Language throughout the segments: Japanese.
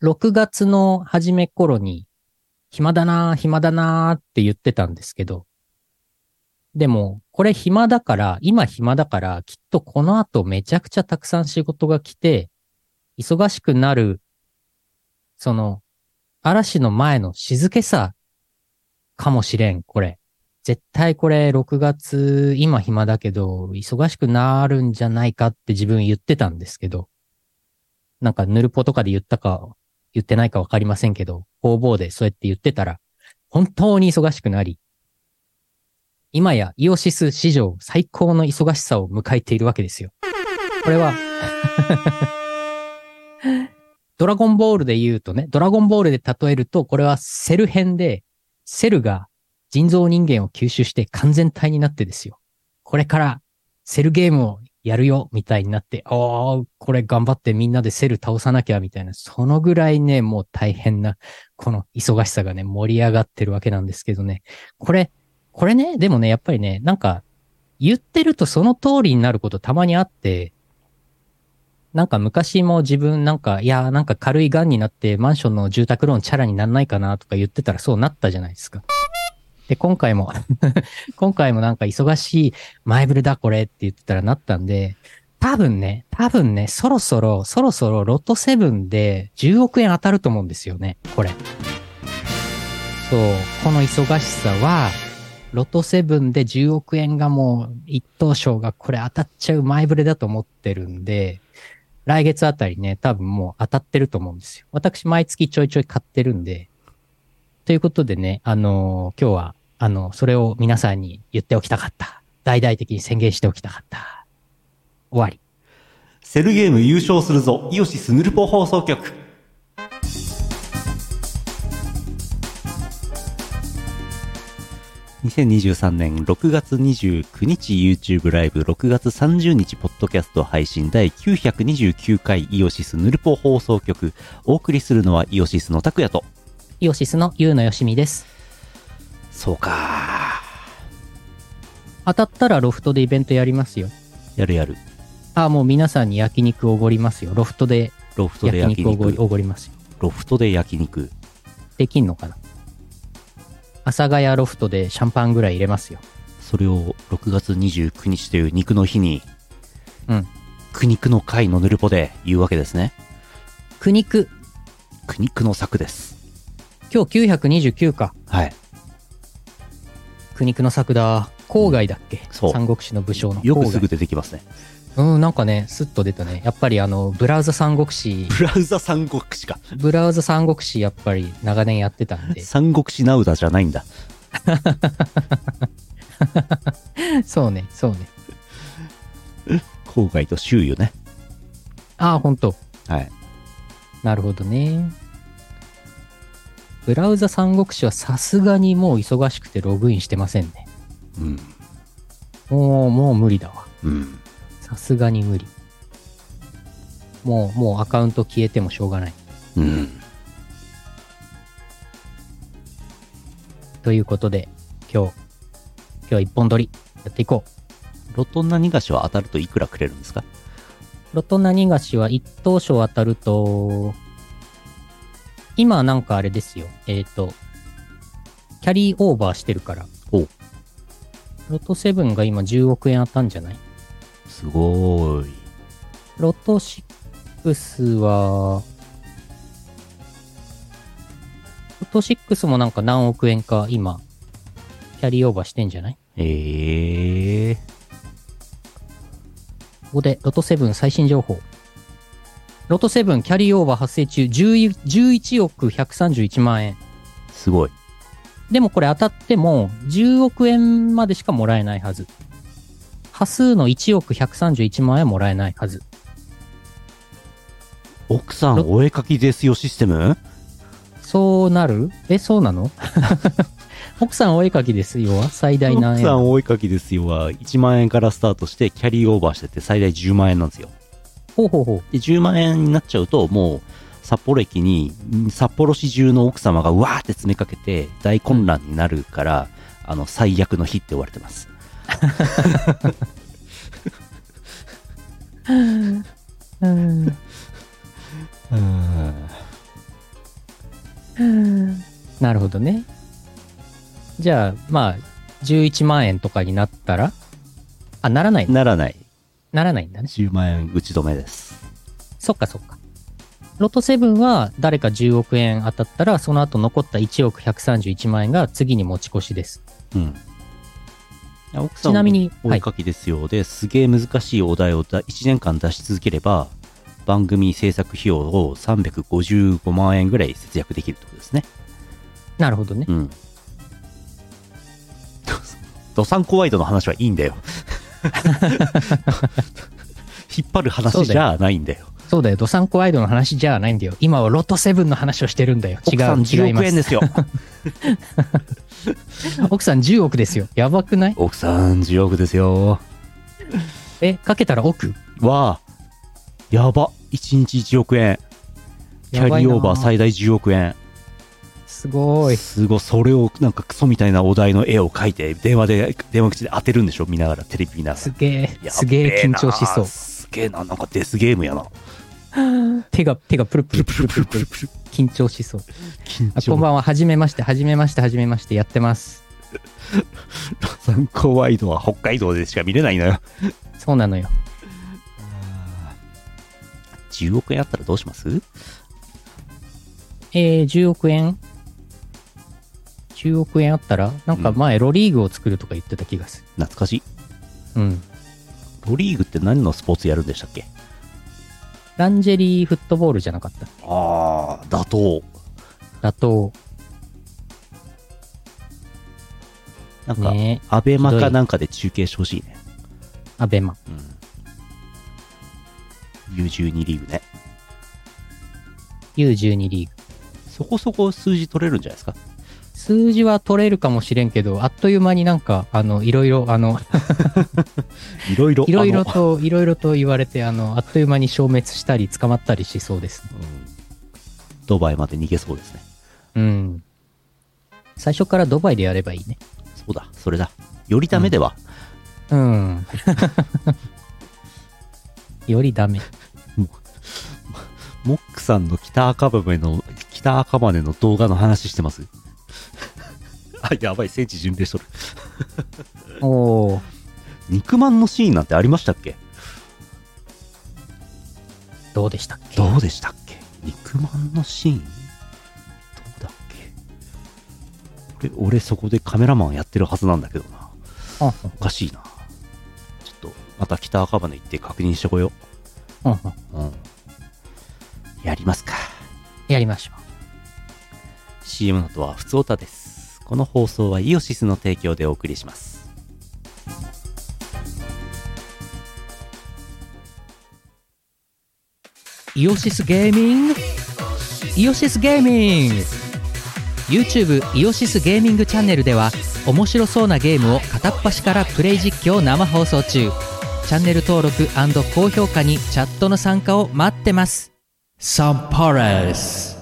6月の初め頃に、暇だなー、暇だなーって言ってたんですけど、でも、これ暇だから、今暇だから、きっとこの後めちゃくちゃたくさん仕事が来て、忙しくなる、その、嵐の前の静けさかもしれん、これ。絶対これ6月、今暇だけど、忙しくなるんじゃないかって自分言ってたんですけど、なんかヌルポとかで言ったか、言ってないかわかりませんけど、方々でそうやって言ってたら、本当に忙しくなり、今やイオシス史上最高の忙しさを迎えているわけですよ。これはドラゴンボールで言うとね、ドラゴンボールで例えると、これはセル編で、セルが人造人間を吸収して完全体になってですよ。これからセルゲームをやるよ、みたいになって、これ頑張ってみんなでセル倒さなきゃ、みたいな、そのぐらいね、もう大変な、この忙しさがね、盛り上がってるわけなんですけどね。これね、でもね、やっぱりね、なんか、言ってるとその通りになることたまにあって、なんか昔も自分なんか、いやーなんか軽い癌になってマンションの住宅ローンチャラになんないかなとか言ってたらそうなったじゃないですか。で、今回も今回もなんか忙しい前触れだこれって言ってたらなったんで、多分ね、そろそろロト7で10億円当たると思うんですよね、これ。そう、この忙しさは、ロト7で10億円がもう一等賞がこれ当たっちゃう前触れだと思ってるんで、来月あたりね、多分もう当たってると思うんですよ。私毎月ちょいちょい買ってるんで。ということでね、今日は、それを皆さんに言っておきたかった。大々的に宣言しておきたかった。終わり。 セルゲーム優勝するぞ、イオシスヌルポ放送局。2023年6月29日 YouTube ライブ、6月30日ポッドキャスト配信第929回イオシスヌルポ放送局。お送りするのはイオシスの拓也とイオシスのゆうのよしみです。 そうか。 当たったらロフトでイベントやりますよ。 やる。 もう皆さんに焼肉おごりますよ。ロフトで焼肉おごりますよ。 ロフトで焼肉。 できんのかな。阿佐ヶ谷ロフトでシャンパンぐらい入れますよ。 それを6月29日という肉の日に、苦肉の会のヌルポで言うわけですね。 苦肉の策です。 今日929か。 はい。 苦肉の策だ。郊外だっけ、 そう。 三国志の武将の。 よくすぐ出てきますね。 なんかね、スッと出たね。やっぱりブラウザ三国志。 ブラウザ三国志か。 ブラウザ三国志やっぱり長年やってたんで。 三国志ナウダじゃないんだ。 そうね。 郊外と周囲ね。 ほんと。 はい。 なるほどね。ブラウザ三国志はさすがにもう忙しくてログインしてませんね。もう無理だわ。さすがに無理。もうアカウント消えてもしょうがない。ということで、今日一本撮りやっていこう。ロト何菓子は当たるといくらくれるんですか？ ロト何菓子は一等賞当たると、今なんかあれですよ。キャリーオーバーしてるから。ロト7が今10億円当たんじゃない？ すごーい。 ロト6は、ロト6もなんか何億円か今、キャリーオーバーしてんじゃない？ここでロト7最新情報。ロト7キャリーオーバー発生中、11億131万円。 すごい。 でもこれ当たっても10億円までしかもらえないはず。端数の1億131万円もらえないはず。 奥さんお絵描きですよシステム？ そうなる？そうなの？奥さんお絵描きですよは最大何円？ 奥さんお絵描きですよは1万円からスタートしてキャリーオーバーしてて最大10万円なんですよ。 で、 10万円になっちゃうともう札幌駅に札幌市中の奥様がうわーって詰めかけて大混乱になるから、最悪の日って言われてます。 なるほどね。じゃあ、まあ、11万円とかになったら、あ、ならない。 ならない。 ならないんだね。 10万円打ち止めです。 そっかそっか。ロト7は誰か10億円当たったら、その後残った1億131万円が次に持ち越しです。 うん。奥さんちなみに、 お絵かきですよ。で、すげえ難しいお題を1年間出し続ければ、番組制作費用を355万円ぐらい節約できるってことですね。 なるほどね。 うん。ドサンコワイドの話はいいんだよ。引っ張る話じゃないんだよ。 そうだよ。ドサンコワイドの話じゃないんだよ。今はロト7の話をしてるんだよ。違う。 奥さん10億円ですよ。 奥さん10億ですよ。やばくない？ 奥さん10億ですよ。 かけたら億？ わあ、やば。1日1億円。キャリーオーバー最大10億円。 すごい。 すごい。それをなんかクソみたいなお題の絵を描いて、電話口で当てるんでしょ、見ながら、テレビ見ながら。 すげえ緊張しそう。 すげえな、なんかデスゲームやな。 手がプルプルプルプルプルプル緊張しそう。こんばんは。はじめまして。やってます。 ロサンコワイドは北海道でしか見れないのよ。 そうなのよ。 10億円あったらどうします？ 10億円10億円あったら、なんか前、ロリーグを作るとか言ってた気がする。 懐かしい。 うん。 ロリーグって何のスポーツやるんでしたっけ？ ランジェリーフットボールじゃなかった。 ああ、打倒。なんか、 ね、 アベマかなんかで中継してほしいね。 アベマ。 うん。U12 リーグね。 U12 リーグ。 そこそこ数字取れるんじゃないですか？ 数字は取れるかもしれんけど、あっという間になんか、いろいろと言われて、あっという間に消滅したり捕まったりしそうですね。 ドバイまで逃げそうですね。 うん。最初からドバイでやればいいね。 そうだ、それだ。よりダメでは。 うん。よりダメ。 モックさんの北赤羽の動画の話してます。あ、やばい、聖地巡礼しとる。 おー。 肉まんのシーンなんてありましたっけ？ どうでしたっけ？ 肉まんのシーンどうだっけ？俺そこでカメラマンやってるはずなんだけどな。おかしいな。ちょっと、また北赤羽行って確認してこよう。やりますか。 やりましょう。 CM の後はふつおたです。この放送はイオシスの提供でお送りします。 イオシスゲーミング YouTube イオシスゲーミングチャンネルでは面白そうなゲームを片っ端からプレイ実況生放送中。チャンネル登録&高評価にチャットの参加を待ってます。サンパレス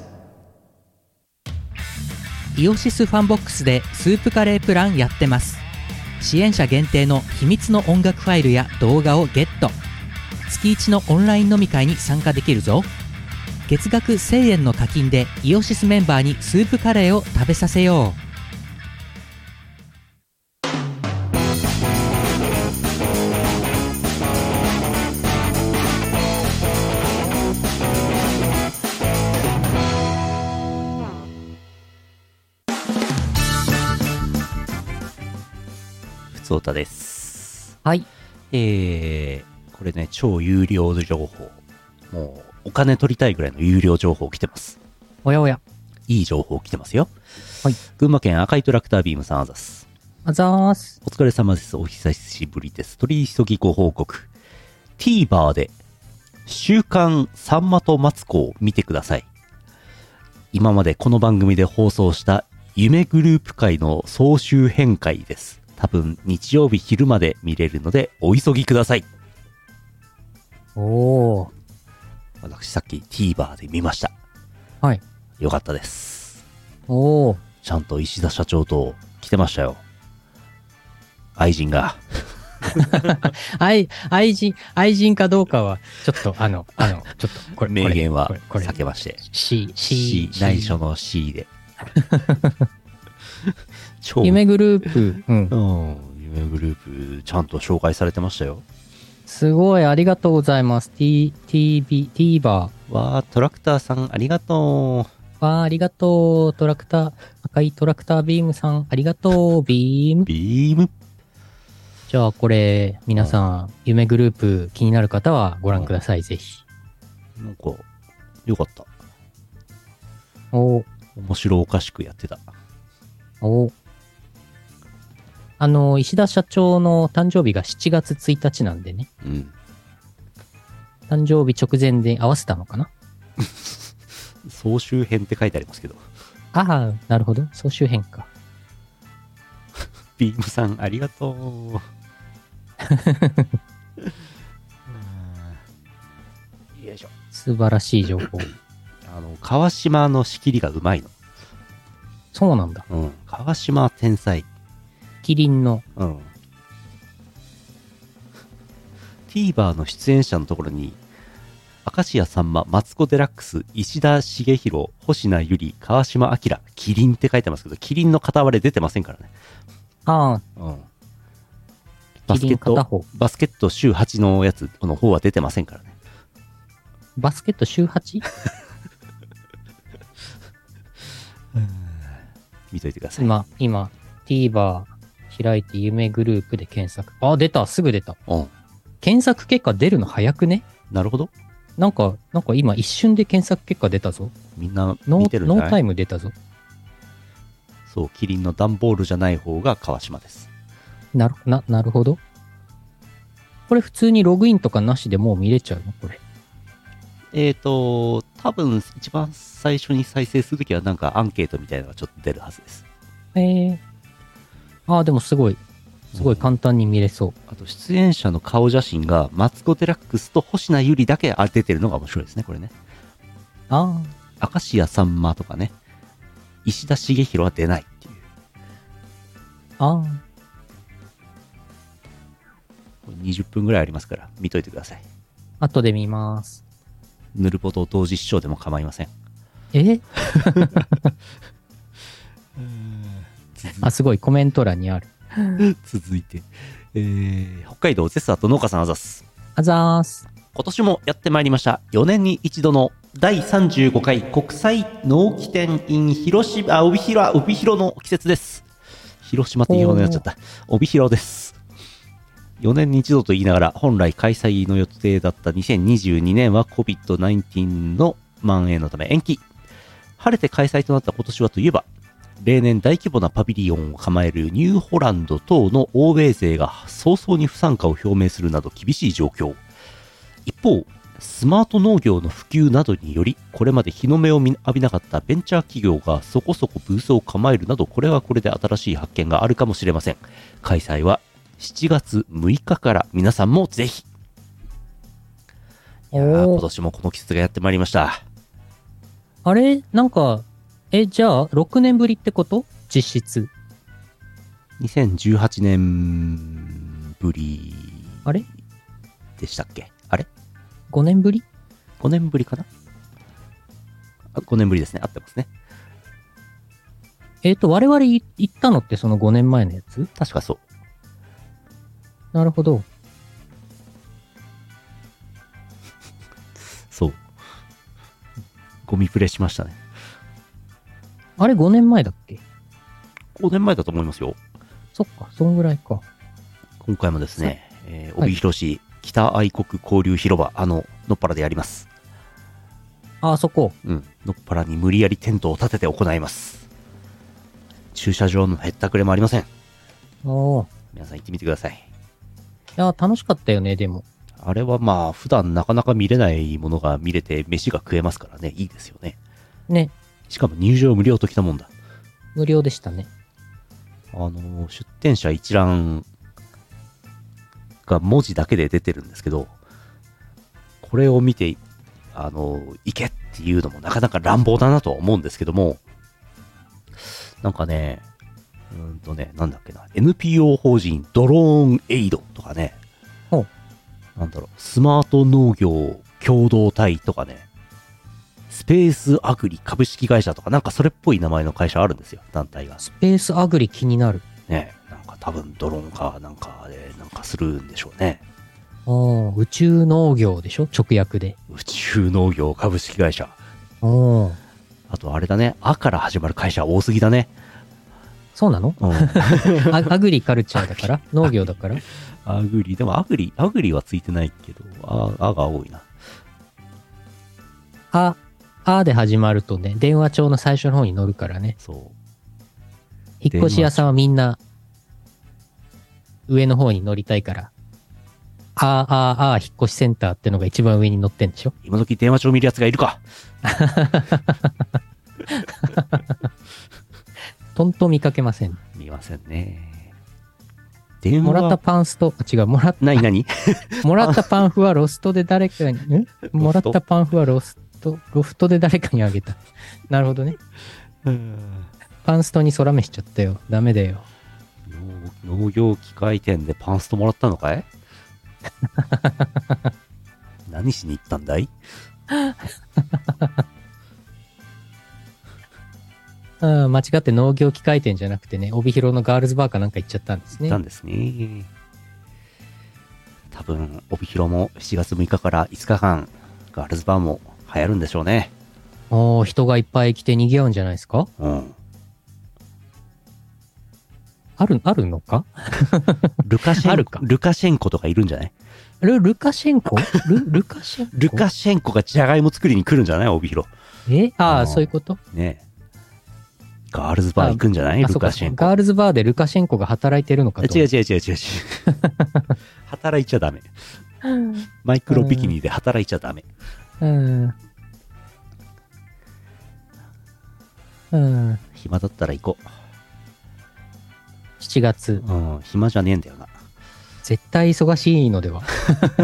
イオシスファンボックスでスープカレープランやってます。支援者限定の秘密の音楽ファイルや動画をゲット。月1のオンライン飲み会に参加できるぞ。月額1000円の課金でイオシスメンバーにスープカレーを食べさせよう。 そうたです。 はい。 これね、超有料情報。もう、お金取りたいぐらいの有料情報来てます。 おやおや。 いい情報来てますよ。 はい。 群馬県赤いトラクタービームさんあざす。 あざーす。 お疲れ様です。お久しぶりです。取り急ぎご報告。TVer で、週刊さんまとマツコを見てください。今までこの番組で放送した夢グループ会の総集編会です。多分日曜日昼まで見れるのでお急ぎください。 おー。 私さっき TVer で見ました。 はい。 よかったです。 おー。 ちゃんと石田社長と来てましたよ。愛人が。 愛人かどうかは、ちょっと、ちょっと、これ、 名言はこれ避けまして。 C、 内緒の C で。 夢グループ、うん。 夢グループ、ちゃんと紹介されてましたよ。 すごい、ありがとうございます。TVer。 わー、トラクターさん、ありがとわー、ありがとう。赤いトラクタービームさん、ありがとう。ビーム。 ビーム。 じゃあ、これ、皆さん、夢グループ気になる方はご覧ください、ぜひ。 なんか、よかった。 面白おかしくやってた。 石田社長の誕生日が7月1日なんでね。 うん。 誕生日直前で合わせたのかな総集編って書いてありますけど。 ああ、なるほど。総集編か。 ビームさん、ありがとう。よいしょ。 素晴らしい情報。 川島の仕切りがうまいの。 そうなんだ。 うん。川島天才。 キリンの。 うん。TVer の出演者のところに、明石家さんま、マツコ・デラックス、石田茂弘、星名ゆり、川島明、キリンって書いてますけど、キリンの片割れ出てませんからね。 ああ。 うん。 キリン片方。 バスケット週8のやつの方は出てませんからね。 バスケット週 8？ 見といてください。 今、TVer 開いて夢グループで検索。あ、出た。すぐ出た。 うん。 検索結果出るの早くね？ なるほど。 なんか今一瞬で検索結果出たぞ。 みんな見てるんじゃない？ ノータイム出たぞ。 そう、キリンの段ボールじゃない方が川島です。 なるほど。これ普通にログインとかなしでもう見れちゃうのこれ。 多分一番最初に再生するときはなんかアンケートみたいなのがちょっと出るはずです。 でもすごい簡単に見れそう。 あと出演者の顔写真がマツコ・デラックスと星名ゆりだけ出てるのが面白いですね、これね。明石家さんまとかね、石田茂弘は出ないっていう。20分ぐらいありますから見といてください。 後で見ます。 ヌルポと同時視聴でも構いません。 すごいコメント欄にある。 続いて、北海道ゼスアと農家さんあざす。 あざーす。 今年もやってまいりました。4年に一度の第35回国際農機展 in 広島、帯広の季節です。広島って言い方になっちゃった。帯広です。4年に一度と言いながら、本来開催の予定だった2022年は COVID-19 の蔓延のため延期。晴れて開催となった今年はといえば、例年大規模なパビリオンを構えるニューホランド等の欧米勢が早々に不参加を表明するなど厳しい状況。一方、スマート農業の普及などにより、これまで日の目を浴びなかったベンチャー企業がそこそこブースを構えるなど、これはこれで新しい発見があるかもしれません。開催は7月6日から皆さんもぜひ。いやー、今年もこの季節がやってまいりました。 あれなんか、じゃあ6年ぶりってこと？実質。 2018年ぶり。 あれでしたっけ？あれ ?5 年ぶり？ 5 年ぶりかな？5年ぶりですね。合ってますね。 我々行ったのってその5年前のやつ？ 確かそう。 なるほど。 そう。ゴミプレしましたね。 あれ5年前だっけ？ 5 年前だと思いますよ。 そっか、そんぐらいか。 今回もですね、帯広市北愛国交流広場、のっぱらでやります。 そこ。 うん。のっぱらに無理やりテントを立てて行います。駐車場のへったくれもありません。皆さん行ってみてください。 いや、楽しかったよね、でも。 あれはまあ、普段なかなか見れないものが見れて、飯が食えますからね、いいですよね。 ね。 しかも入場無料ときたもんだ。 無料でしたね。 出店者一覧が文字だけで出てるんですけど、これを見て、行けっていうのもなかなか乱暴だなとは思うんですけども、なんかね、 なんだっけな、NPO 法人ドローンエイドとかね、 ほう。 なんだろう、スマート農業共同体とかね、スペースアグリ株式会社とか、なんかそれっぽい名前の会社あるんですよ、団体が。 スペースアグリ気になる。 ね、なんか多分ドローンかなんかでなんかするんでしょうね。 宇宙農業でしょ直訳で。 宇宙農業株式会社。 おー。 あとあれだね、あから始まる会社多すぎだね。 そうなの？ うん、 アグリカルチャーだから農業だからアグリ、でもアグリはついてないけど、あが多いな。 で始まるとね、電話帳の最初の方に載るからね。 そう。 引っ越し屋さんはみんな、上の方に乗りたいから、引っ越しセンターってのが一番上に載ってんでしょ？ 今時電話帳見るやつがいるか。 とんと見かけません。 見ませんね。電話もらったパンスト、違う、もらったパンフはロストで誰かに、もらったパンフはロフトで誰かにあげた。なるほどね。パンストに空飯しちゃったよ。ダメだよ。 農業機械店でパンストもらったのかい？何しに行ったんだい？ 間違って農業機械店じゃなくてね、帯広のガールズバーかなんか行っちゃったんですね。 行ったんですね。多分、帯広も7月6日から5日間、ガールズバーも流行るんでしょうね。 人がいっぱい来て賑わうんじゃないですか？ うん。 あるのか？ ルカシェンコとかいるんじゃない？ ルカシェンコルカシェンコがジャガイモ作りに来るんじゃない？帯広。 そういうことね。ガールズバー行くんじゃない？ルカシェンコ。 ガールズバーでルカシェンコが働いてるのかと。 違う。働いちゃダメ。マイクロビキニで働いちゃダメ。暇だったら行こう。 7月。 暇じゃねえんだよな。 絶対忙しいのでは。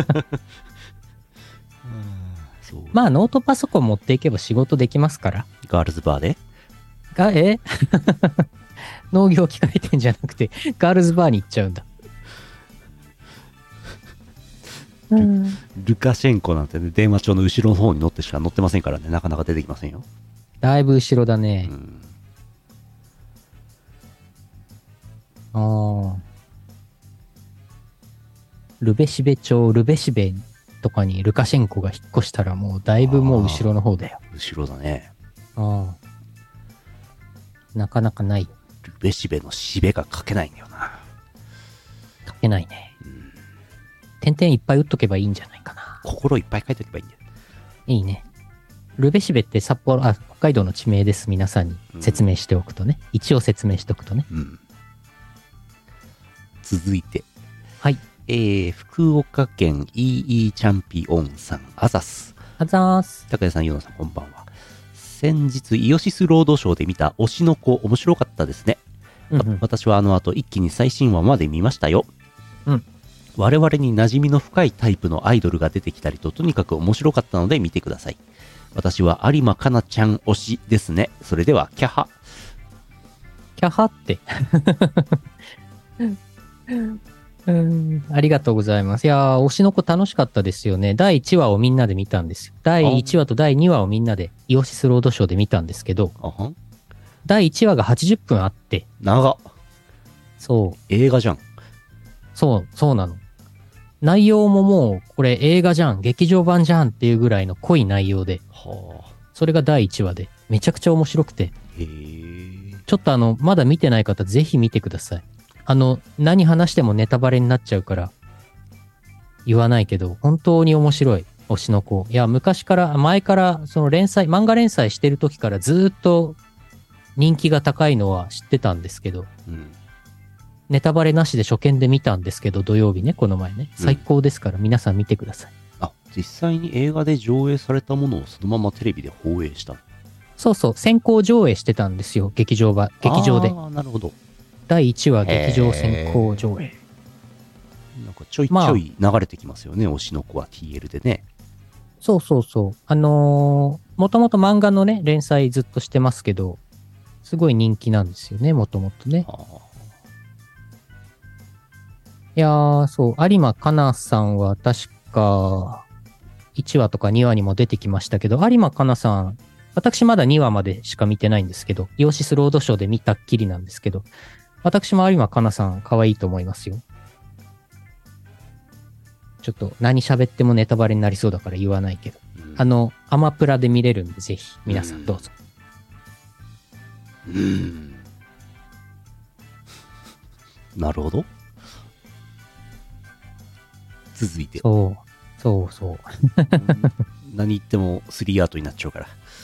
そう。 まあノートパソコン持っていけば仕事できますから。 ガールズバーで農業機械店じゃなくてガールズバーに行っちゃうんだ。 ルカシェンコなんてね、電話帳の後ろの方に乗ってしか乗ってませんからね、なかなか出てきませんよ。 だいぶ後ろだね。ルベシベ町、ルベシベとかにルカシェンコが引っ越したらもうだいぶもう後ろの方だよ。 後ろだね。 なかなかないよ。 ルベシベのしべが書けないんだよな。 書けないね。点々いっぱい打っとけばいいんじゃないかな。 心いっぱい書いとけばいいんだよ。 いいね。ルベシベって北海道の地名です。皆さんに説明しておくとね。一応説明しておくとね。 続いて。 はい。 福岡県 EE チャンピオンさん、あざす。 あざーす。 高谷さん、ゆうのさん、こんばんは。先日、イオシスロードショーで見た推しの子、面白かったですね。私はあの後、一気に最新話まで見ましたよ。我々に馴染みの深いタイプのアイドルが出てきたりと、とにかく面白かったので見てください。私は有馬かなちゃん推しですね。それでは、キャハ。 キャハって。ありがとうございます。いやー、推しの子楽しかったですよね。第1話をみんなで見たんですよ。第1話と第2話をみんなでイオシスロードショーで見たんですけど、第1話が80分あって。 長っ。 そう。 映画じゃん。 そうなの。内容ももう、これ映画じゃん、劇場版じゃんっていうぐらいの濃い内容で。それが第1話で、めちゃくちゃ面白くて。ちょっとまだ見てない方、ぜひ見てください。何話してもネタバレになっちゃうから、言わないけど、本当に面白い、推しの子。いや、前から、その漫画連載してる時からずっと人気が高いのは知ってたんですけど、ネタバレなしで初見で見たんですけど、土曜日ね、この前ね。最高ですから、皆さん見てください。 実際に映画で上映されたものをそのままテレビで放映した。 そう、先行上映してたんですよ、劇場で。 なるほど。 第1話劇場先行上映。 なんかちょいちょい流れてきますよね、推しの子は TL でね。 そう。もともと漫画のね、連載ずっとしてますけど、 すごい人気なんですよね、もともとね。 あいやー、そう、有馬かなさんは確か、1話とか2話にも出てきましたけど、有馬かなさん、私まだ2話までしか見てないんですけど、イオシスロードショーで見たっきりなんですけど、私も有馬かなさん可愛いと思いますよ。ちょっと何喋ってもネタバレになりそうだから言わないけど。アマプラで見れるんで、ぜひ、皆さんどうぞ。 なるほど。続いて。 そう、そうそう。 何言っても3アートになっちゃうから。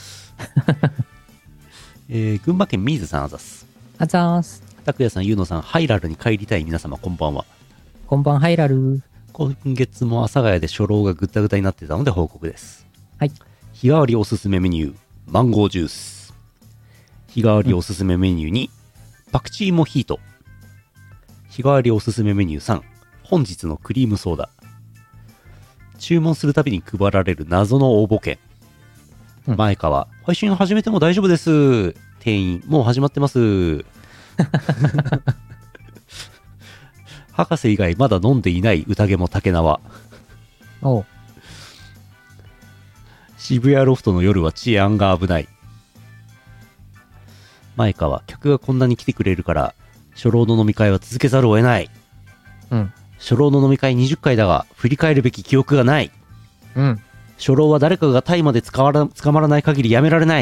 群馬県水さんあざす。 あざーす。 拓也さん、ゆうのさん、ハイラルに帰りたい皆様、こんばんは。 こんばんハイラル。 今月も阿佐ヶ谷で初老がぐったぐたになってたので報告です。 はい。 日替わりおすすめメニュー、マンゴージュース。日替わりおすすめメニュー2、パクチーモヒート。日替わりおすすめメニュー3、本日のクリームソーダ。注文するたびに配られる謎の応募券。前川、配信始めても大丈夫です。店員、もう始まってます。博士以外まだ飲んでいない宴も竹縄。 おう。 渋谷ロフトの夜は治安が危ない。前川、客がこんなに来てくれるから初老の飲み会は続けざるを得ない。初老の飲み会20回だが振り返るべき記憶がない。初老は誰かが大麻で捕まらない限りやめられない。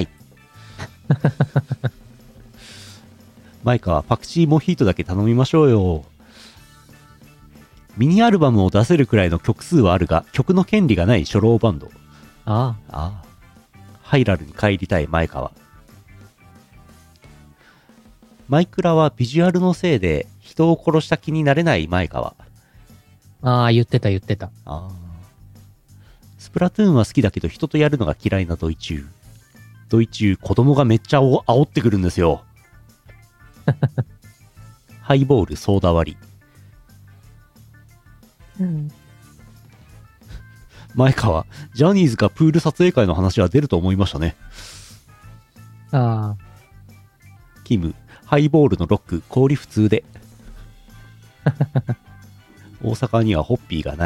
マイカはパクチーモヒートだけ頼みましょうよ。ミニアルバムを出せるくらいの曲数はあるが曲の権利がない初老バンド。 ああ。 ハイラルに帰りたいマイカは。マイクラはビジュアルのせいで人を殺した気になれないマイカは。 ああ、言ってた言ってた。 スプラトゥーンは好きだけど人とやるのが嫌いなドイチュー。ドイチュー、子供がめっちゃ煽ってくるんですよ。ハイボールソーダ割り。前川、ジャニーズかプール撮影会の話は出ると思いましたね。 ああ。 キム、ハイボールのロック、氷普通で。大阪にはホッピーがない。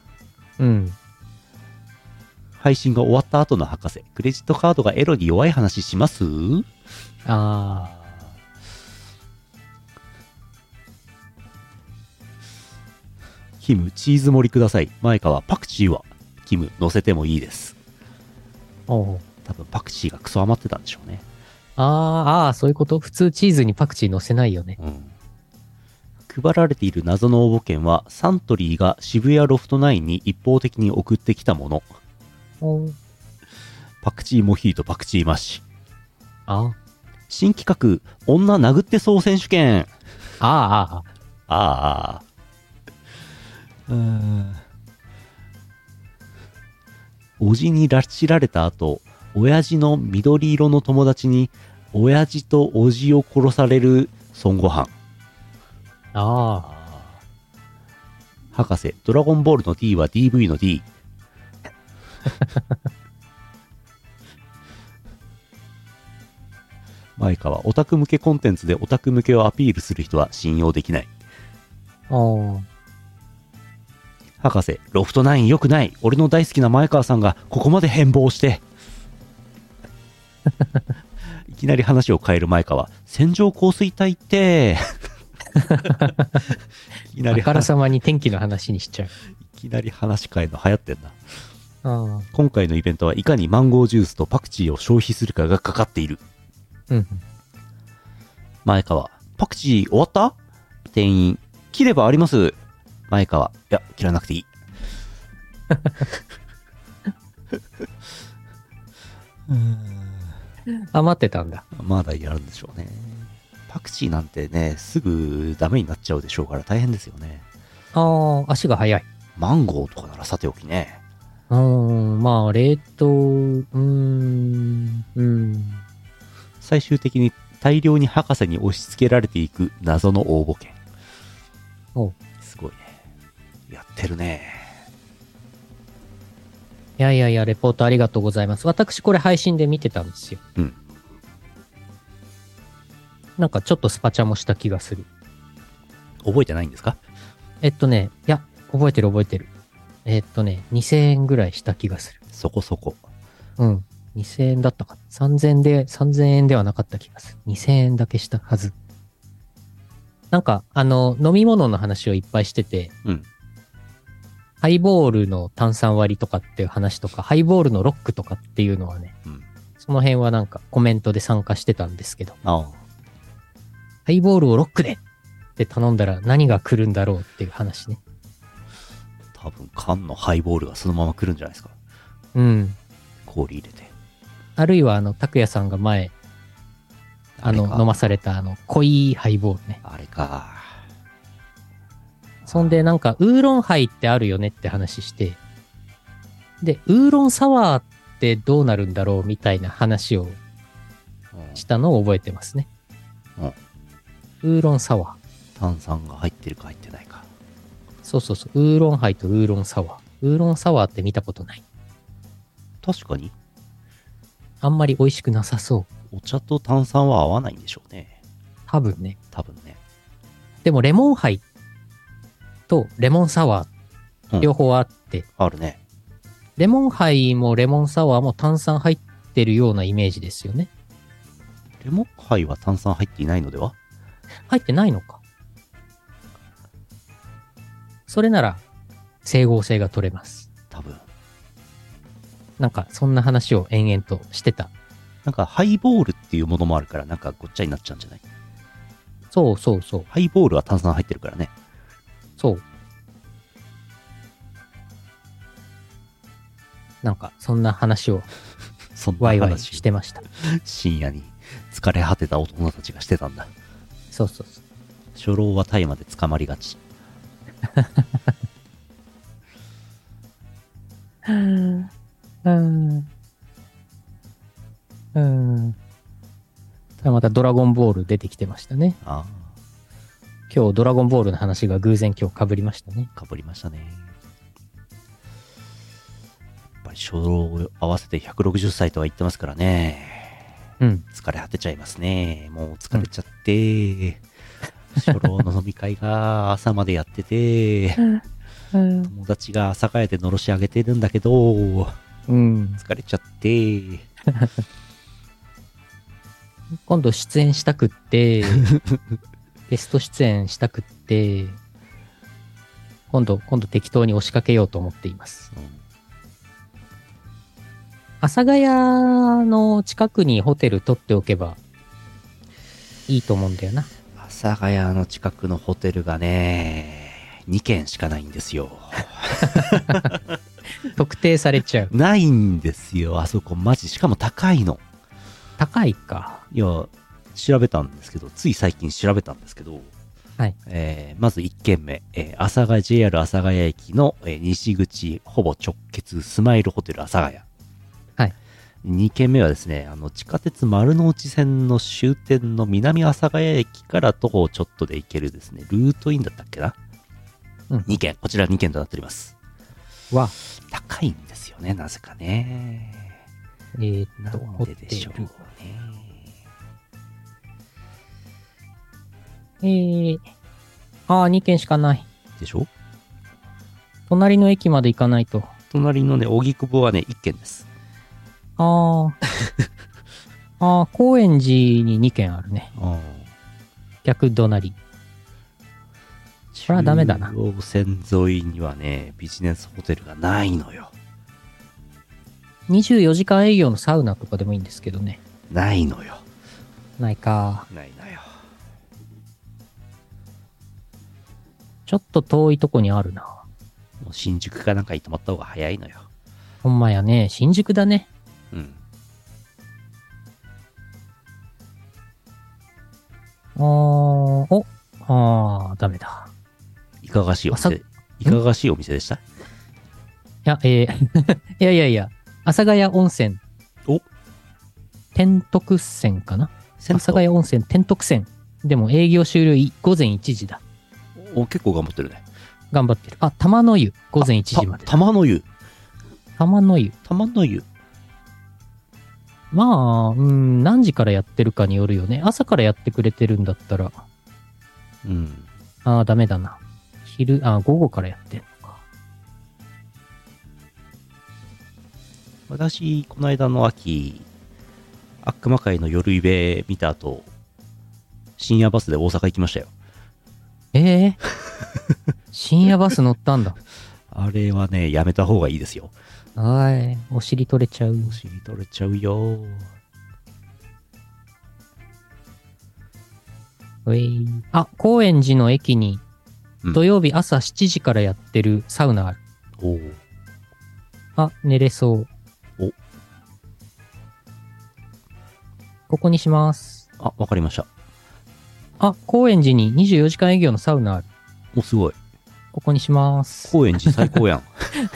配信が終わった後の博士、クレジットカードがエロに弱い話します？キム、チーズ盛りください。前川、パクチーは？キム、乗せてもいいです。多分パクチーがクソ余ってたんでしょうね。 そういうこと？普通チーズにパクチー乗せないよね。 配られている謎の応募券はサントリーが渋谷ロフト9に一方的に送ってきたもの。パクチーモヒート、パクチーマッシュ。新企画、女殴ってそう選手権。おじに拉致られた後、親父の緑色の友達に親父とおじを殺される孫悟飯。博士、ドラゴンボールの D は DV の D。前川、オタク向けコンテンツでオタク向けをアピールする人は信用できない。博士、ロフト9良くない。俺の大好きな前川さんがここまで変貌して。いきなり話を変える前川、線状降水帯っていきなりあからさまに天気の話にしちゃう。 いきなり話変えるの流行ってんな。今回のイベントはいかにマンゴージュースとパクチーを消費するかがかかっている。前川、パクチー終わった？店員、切ればあります。前川、いや、切らなくていい。 余ってたんだ。 まだやるんでしょうね。パクチーなんてね、すぐダメになっちゃうでしょうから大変ですよね。 足が早い。 マンゴーとかならさておきね。 まあ、冷凍、 最終的に大量に博士に押し付けられていく謎の応募券。すごいね。やってるね。 いや、レポートありがとうございます。私これ配信で見てたんですよ。 なんかちょっとスパチャもした気がする。 覚えてないんですか？ いや、覚えてる覚えてる。2000円ぐらいした気がする。 そこそこ。 うん。2000円だったか。3000円ではなかった気がする。2000円だけしたはず。なんか、飲み物の話をいっぱいしてて、 うん。 ハイボールの炭酸割りとかっていう話とか、ハイボールのロックとかっていうのはね、 うん。 その辺はなんかコメントで参加してたんですけど、 ああ。 ハイボールをロックでって頼んだら何が来るんだろうっていう話ね。 多分缶のハイボールがそのまま来るんじゃないですか。 うん。 氷入れて。 あるいは拓也さんが前、 あれか飲まされた濃いハイボールね。 あれか。 そんでなんか、ウーロンハイってあるよねって話して、で、ウーロンサワーってどうなるんだろうみたいな話をしたのを覚えてますね。ウーロンサワー。 炭酸が入ってるか入ってないか。 そうそうそう。ウーロンハイとウーロンサワー。ウーロンサワーって見たことない。 確かに、 あんまり美味しくなさそう。 お茶と炭酸は合わないんでしょうね。 多分ね。 多分ね。 でもレモンハイとレモンサワー、両方あって、 あるね。 レモンハイもレモンサワーも炭酸入ってるようなイメージですよね。 レモンハイは炭酸入っていないのでは？ 入ってないのか。それなら、整合性が取れます。 多分。 なんか、そんな話を延々としてた。 なんかハイボールっていうものもあるからなんかごっちゃになっちゃうんじゃない？ そうそうそう。 ハイボールは炭酸入ってるからね。 そう。なんか、そんな話をそんなワイワイ話してました。 深夜に疲れ果てた大人たちがしてたんだ。 そうそうそう。 初老は大麻で捕まりがち。 うん。またドラゴンボール出てきてましたね。 あ今日ドラゴンボールの話が偶然今日被りましたね。 あ、かぶりましたね。やっぱり初老を合わせて160歳とは言ってますからね。 うん。 疲れ果てちゃいますね。もう疲れちゃって、初老の飲み会が朝までやってて、友達が朝帰ってのろし上げてるんだけど、疲れちゃって、 今度出演したくって、ゲスト出演したくって、今度適当に押しかけようと思っています。阿佐ヶ谷の近くにホテル取っておけばいいと思うんだよな。 阿佐ヶ谷の近くのホテルがね、2軒しかないんですよ。 特定されちゃう。 ないんですよ、あそこマジ。しかも高いの。 高いか。 いや、調べたんですけど、つい最近調べたんですけど、 はい。 まず1軒目、阿佐ヶ谷 JR 阿佐ヶ谷駅の、西口ほぼ直結スマイルホテル阿佐ヶ谷。 はい。 2軒目はですね、地下鉄丸の内線の終点の南阿佐ヶ谷駅から徒歩ちょっとで行けるですね、ルートインだったっけな、2軒、こちら2軒となっております。 わ、 高いんですよね、なぜかね。なんででしょうね。 2軒しかない。 でしょ？ 隣の駅まで行かないと。 隣のね、荻窪はね、1軒です。 高円寺に2軒あるね。逆隣。これはダメだな。 中央線沿いにはね、ビジネスホテルがないのよ。 24時間営業のサウナとかでもいいんですけどね。 ないのよ。 ないか。 ないのよ。 ちょっと遠いとこにあるな。 もう新宿かなんかに泊まった方が早いのよ。 ほんまやね。新宿だね。 うん。 ダメだ。 いかがしいお店、いかがしいお店でした？ いや、いや、阿佐ヶ谷温泉。天徳線かな？阿佐ヶ谷温泉天徳線。でも営業終了午前1時だ。 結構頑張ってるね。 頑張ってる。玉の湯。午前1時まで。 玉の湯。 玉の湯。 玉の湯。 まあ、何時からやってるかによるよね。朝からやってくれてるんだったら、 うん。 ダメだな。午後からやってんのか。 私、この間の秋、悪魔界の夜イベ見た後、深夜バスで大阪行きましたよ。 深夜バス乗ったんだ。 あれはね、やめた方がいいですよ。 お尻取れちゃう。 お尻取れちゃうよ。 高円寺の駅にうん土曜日朝7時からやってるサウナある。 おう寝れそう。 おここにします。 あ、わかりました。 高円寺に24時間営業のサウナある。 お、すごい。 ここにします。 高円寺最高やん。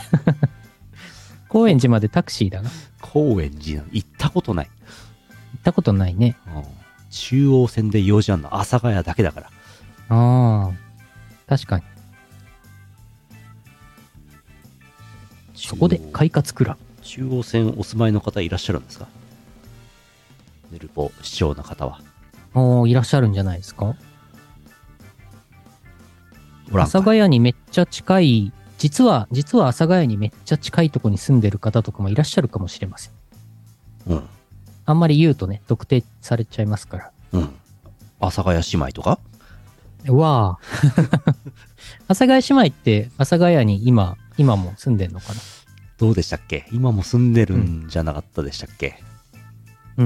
高円寺までタクシーだな。 高円寺行ったことない。 行ったことないね。 中央線で用事あんの阿佐ヶ谷だけだから。 確かに。そこで快活クラブ。 中央線お住まいの方いらっしゃるんですか？ヌルポ市長の方は。 いらっしゃるんじゃないですか？阿おらんか佐ヶ谷にめっちゃ近い、実は阿佐ヶ谷にめっちゃ近いとこに住んでる方とかもいらっしゃるかもしれません。 うん。 あんまり言うとね、特定されちゃいますから。 うん。阿佐ヶ谷姉妹とか？ うわぁ。阿佐ヶ谷姉妹って阿佐ヶ谷に今も住んでんのかな？ どうでしたっけ？今も住んでるんじゃなかったでしたっけ？ うん。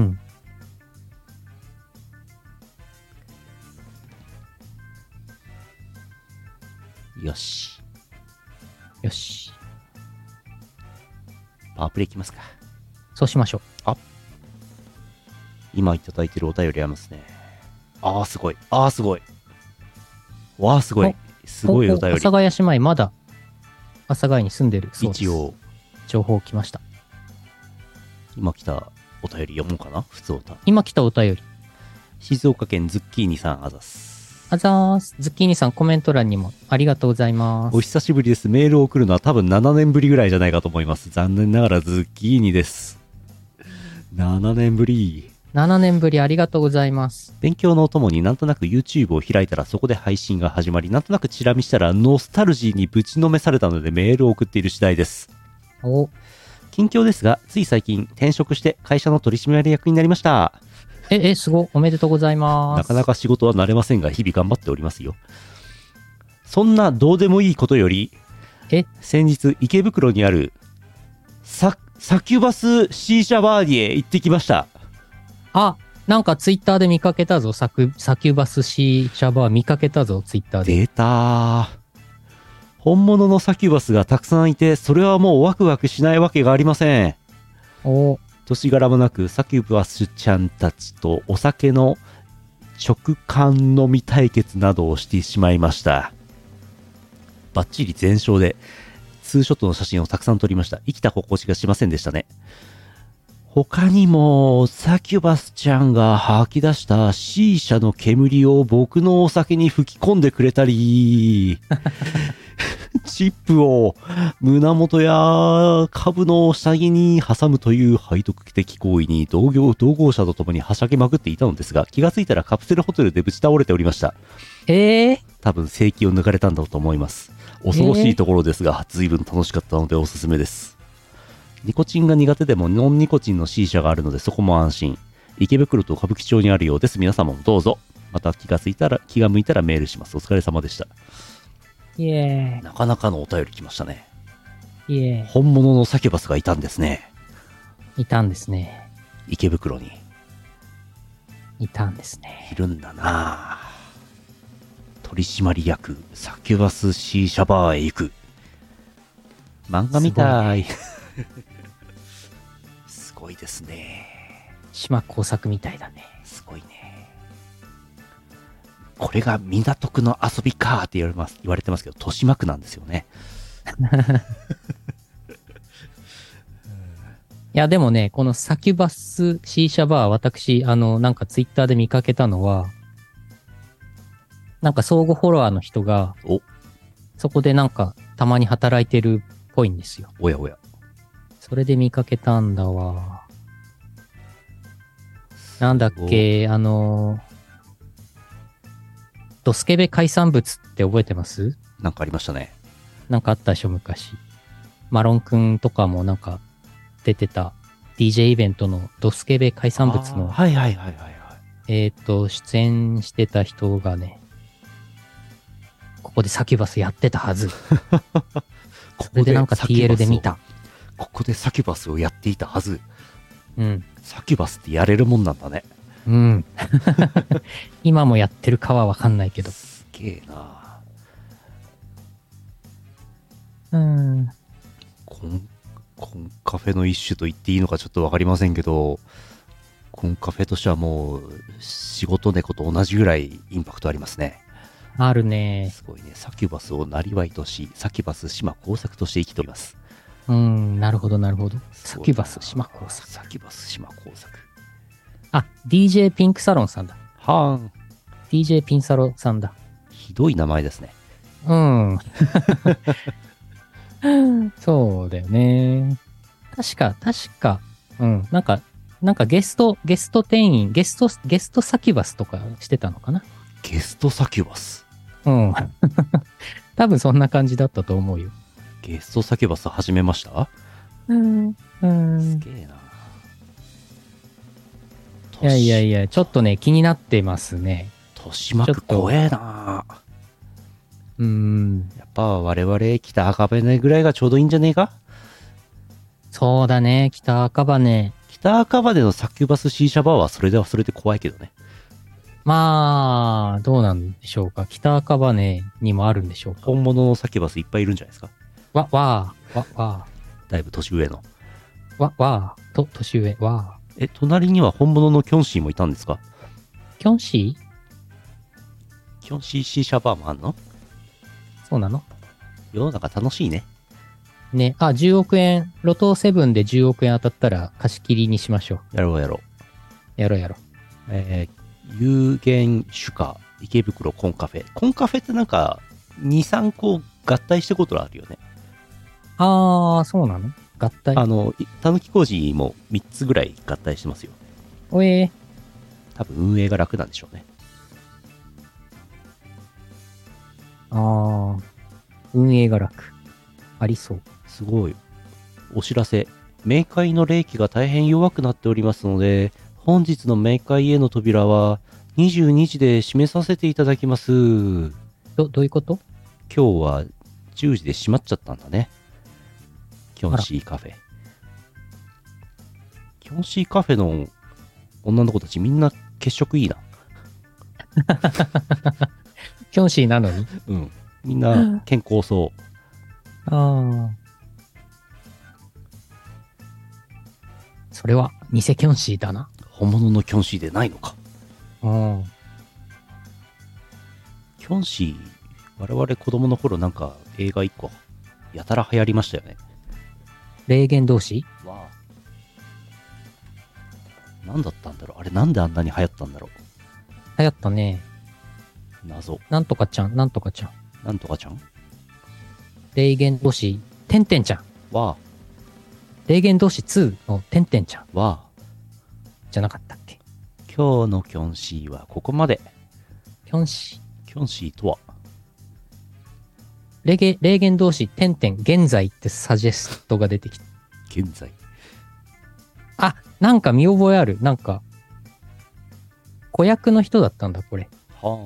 よし。 よし。 パワープレイいきますか。 そうしましょう。 今いただいてるお便りありますね。すごい。すごい。わあ、すごい。すごいお便り。 阿佐ヶ谷姉妹まだ阿佐ヶ谷に住んでるそうです。 一応、 情報来ました。 今来たお便り読もうかな。普通おた。 今来たお便り。 静岡県ズッキーニさんあざす。 あざーす。ズッキーニさんコメント欄にもありがとうございます。 お久しぶりです。メールを送るのは多分7年ぶりぐらいじゃないかと思います。残念ながらズッキーニです。7年ぶり。 7年ぶりありがとうございます。 勉強のお供になんとなく YouTube を開いたらそこで配信が始まり、なんとなくチラ見したらノスタルジーにぶちのめされたのでメールを送っている次第です。近況ですが、つい最近転職して会社の取締役になりました。 すごい。おめでとうございます。 なかなか仕事は慣れませんが、日々頑張っておりますよ。そんなどうでもいいことより、先日池袋にあるサキュバスシーシャバーにへ行ってきました。 なんかツイッターで見かけたぞ。サキュバスシーシャバー見かけたぞ、ツイッターで。 出たー。本物のサキュバスがたくさんいて、それはもうワクワクしないわけがありません。年柄もなくサキュバスちゃんたちとお酒の直感飲み対決などをしてしまいました。バッチリ全勝でツーショットの写真をたくさん撮りました。生きた心地がしませんでしたね。他にもサキュバスちゃんが吐き出した C 社の煙を僕のお酒に吹き込んでくれたりチップを胸元や下部の下着に挟むという背徳的行為に同業者と共にはしゃぎまくっていたのですが、気がついたらカプセルホテルでぶち倒れておりました。多分正気を抜かれたんだと思います。恐ろしいところですが、随分楽しかったのでおすすめです。ニコチンが苦手でもノンニコチンの C 社があるのでそこも安心。池袋と歌舞伎町にあるようです。皆様もどうぞ。また気が向いたらメールします。お疲れ様でした。なかなかのお便り来ましたね。本物のサキュバスがいたんですね。 いたんですね。 池袋に。 いたんですね。 いるんだな。取締役、サキュバス C シャバーへ行く。漫画みたい。すごいですね。 島工作みたいだね。 すごいね。これが港区の遊びかって言われてますけど、豊島区なんですよね。 いや、でもね、このサキュバス C シャバー、私、なんかツイッターで見かけたのは、なんか相互フォロワーの人が、そこでなんかたまに働いてるっぽいんですよ。 おやおや。 それで見かけたんだわ。 なんだっけ、ドスケベ海産物って覚えてます？ なんかありましたね。 なんかあったでしょ、昔。マロンくんとかもなんか出てた DJ イベントのドスケベ海産物の、 はいはいはいはいはい。 出演してた人がね、ここでサキュバスやってたはず。 こそれでなんかサキュ TL バスをで見た。 ここでサキュバスをやっていたはず。 うん。 サキュバスってやれるもんなんだね。 うん。今もやってるかはわかんないけど。 すげえな。 うん。 コンカフェの一種と言っていいのかちょっとわかりませんけど、コンカフェとしてはもう仕事猫と同じぐらいインパクトありますね。 あるね。 すごいね。サキュバスをなりわいとし、サキュバス島工作として生きております。 うん、なるほど、なるほど。サキュバス島工作。 サキュバス島工作。 あ、DJ ピンクサロンさんだ。 はーん。 DJ ピンサロさんだ。 ひどい名前ですね。 うん。そうだよね。確か、うん。なんかゲスト店員、ゲストサキュバスとかしてたのかな？ ゲストサキュバス。 うん。多分そんな感じだったと思うよ。 ゲストサキュバス始めました？ うん。うん。 すげえな。 いや、ちょっとね、気になってますね。 豊島区怖えな。やっぱ我々北赤羽ぐらいがちょうどいいんじゃねえか？ そうだね、北赤羽。 北赤羽のサキュバス C 社バーはそれで怖いけどね。 まあ、どうなんでしょうか。北赤羽にもあるんでしょうか。 本物のサキュバスいっぱいいるんじゃないですか？だいぶ年上の。 年上、 隣には本物のキョンシーもいたんですか？ キョンシー？ キョンシー C 社バーもあんの？ そうなの？ 世の中楽しいね。 ね、10億円、ロト7で10億円当たったら貸し切りにしましょう。 やろう。 やろう。 有限酒家池袋コンカフェ。コンカフェってなんか2、3個合体したことあるよね。 そうなの？合体？ たぬき工事も3つぐらい合体してますよ。 おえー。 多分運営が楽なんでしょうね。 運営が楽。ありそう。 すごい。お知らせ。冥界の霊気が大変弱くなっておりますので、本日の冥界への扉は22時で閉めさせていただきます。 どういうこと？ 今日は10時で閉まっちゃったんだね。キョンシーカフェ。キョンシーカフェの女の子たちみんな血色いいな。 キョンシーなのに？ うん。みんな健康そう。 それは偽キョンシーだな。 本物のキョンシーでないのか。キョンシー、我々子供の頃なんか映画一個やたら流行りましたよね。 霊言同士？ わあ。何だったんだろう。あれなんであんなに流行ったんだろう。 流行ったね。 謎。 なんとかちゃん。霊言同士、てんてんちゃん。 わあ。 霊言同士2のてんてんちゃん。 わあ。 じゃなかったっけ？ 今日のキョンシーはここまで。 キョンシーとは霊言同士、てんてん、現在ってサジェストが出てきた。 現在。 なんか見覚えある。なんか、子役の人だったんだ、これ。 は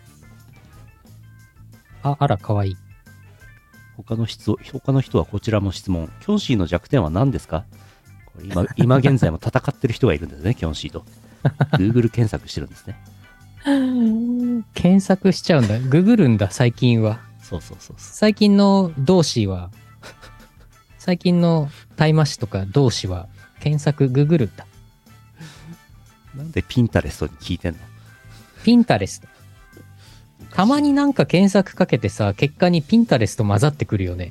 あ。あら、かわいい。 他の人はこちらも質問。キョンシーの弱点は何ですか？これ今現在も戦ってる人がいるんですね、キョンシーと。Google 検索してるんですね。 検索しちゃうんだ。ググるんだ、最近は。 そう。 最近の同志は、最近の大麻師とか同志は、検索ググるんだ。 なんでピンタレストに聞いてんの？ ピンタレスト。たまになんか検索かけてさ、結果にピンタレスト混ざってくるよね。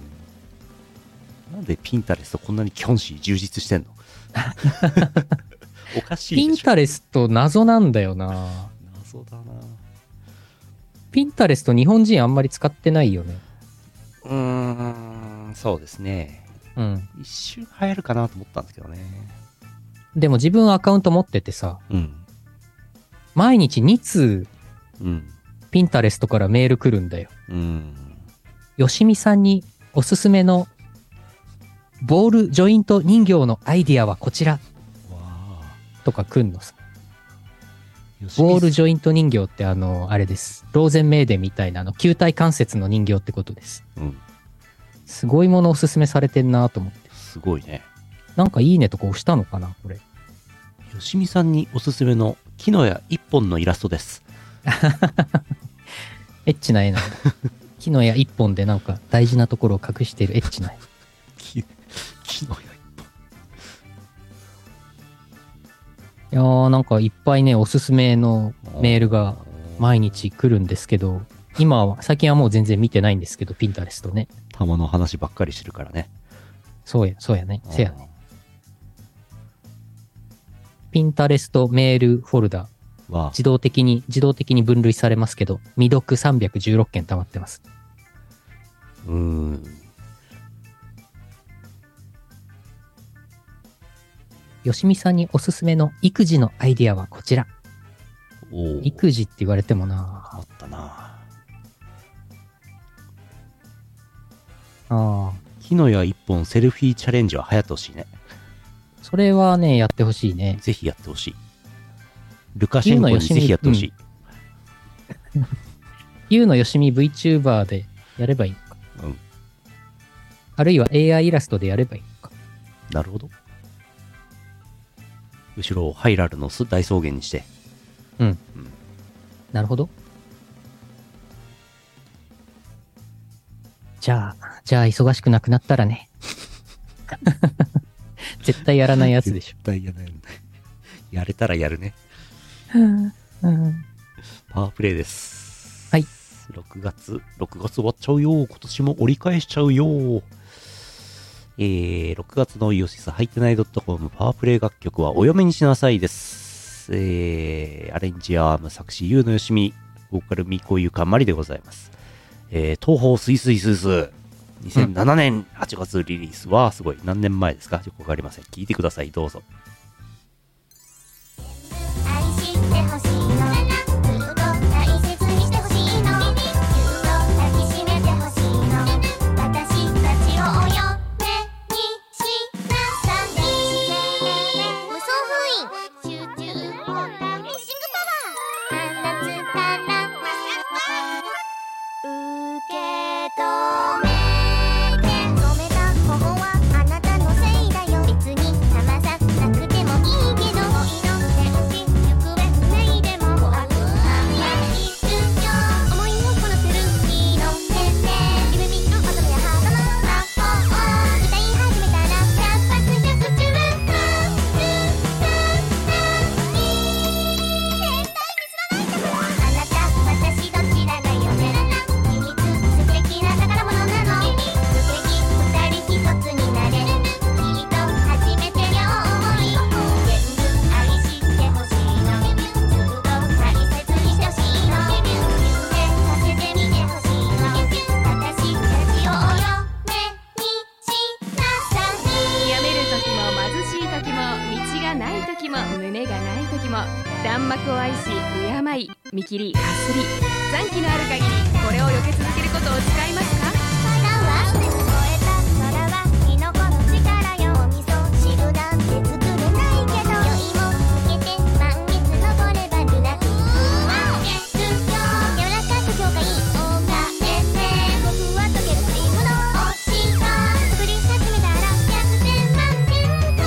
なんでピンタレストこんなにキョンシー充実してんの？おかしいでしょ。 ピンタレスト謎なんだよな。 謎だな。 ピンタレスト日本人あんまり使ってないよね。 そうですね。 うん。 一瞬流行るかなと思ったんですけどね。 でも自分アカウント持っててさ、 うん。 毎日2通うん。 ピンタレストからメール来るんだよ。 うん。 よしみさんにおすすめのボールジョイント人形のアイディアはこちらわあ。 とか来んのさ。 よしみボールジョイント人形ってあれです。ローゼンメーデンみたいな球体関節の人形ってことです。 うん。 すごいものおすすめされてんなと思って。 すごいね。 なんかいいねとか押したのかなこれ。 よしみさんにおすすめの木の矢一本のイラストです。 エッチな絵なんだ。木の矢一本でなんか大事なところを隠しているエッチな絵。 木の矢一いやーなんかいっぱいね、おすすめの本。 メールが毎日来るんですけど、最近はもう全然見てないんですけど、ピンタレストね。 玉の話ばっかりしてるからね。 そうやね。せやね。ピンタレストメールフォルダ、 は、 自動的に分類されますけど、未読316件溜まってます。よしみさんにおすすめの育児のアイディアはこちら。 おー育児って言われてもなあったな。 あ。 木の矢一本セルフィーチャレンジは流行ってほしいね。 それはね、やってほしいね。 ぜひやってほしい。ルカシェンコにぜひやってほしい。 ゆうのよしみ VTuber でやればいいのか。 うん。 あるいは AI イラストでやればいいのか。 なるほど。後ろをハイラルの大草原にして。 うん。なるほど。じゃあ忙しくなくなったらね。絶対やらないやつでしょ。 絶対やらない。やれたらやるね。パワープレイです。 はい。 6月終わっちゃうよ。今年も折り返しちゃうよ。6月のイオシス入ってない .com パワープレイ楽曲はお嫁にしなさいです。アレンジアーム作詞ゆうのよしみ、ボーカルみこゆかまりでございます。東方スイスイスース2007年8月リリースはすごい何年前ですか？よくわかりません。聞いてください。どうぞ。 愛してほしいの、ずっと大切にしてほしいの、ぎゅっと抱きしめてほしいの、私たちをお嫁にしなさい。無双封印集中ミッシングパワー放つから受け止めて染めた頬はあなたのせいだよ。別に騙さなくてもいいけど、恋の手打ち行方不明でも怖くないですよ。思いをこのセルフィーの点で夢見る乙女やハートの魔法を歌い始めたら百発百中はず絶対ミスらないんだから。あなた私どちらが嫁なの、秘密素敵な宝物なの、素敵二人一つになれるきっと初めて両思い、全部愛してほしいの、ずっと大切にしてほしいの、夢させてみてほしいの、私たちをお嫁にしなさい。 病める時も貧しい時も道がない時も胸がない時も弾幕を愛し敬い見切りかすり残機のある限りこれを避け続けることを誓いますか？ 空は越えた空はキノコの力よ。お味噌汁なんて作れないけど、酔いも溶けて満月登ればルナティックはですよ。柔らかく評価いいおかえて僕は溶けるクリームのおしか作り始めたら100点満点と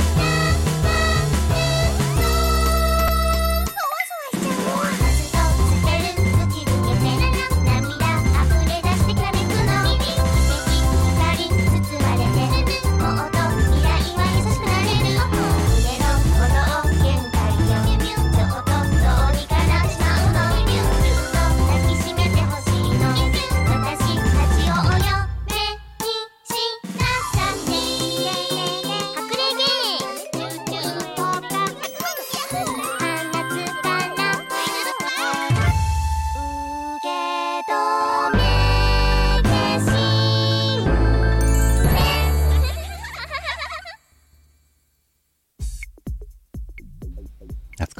そわそわしちゃう。ずっとつける口づけて涙溢れ出してきらめく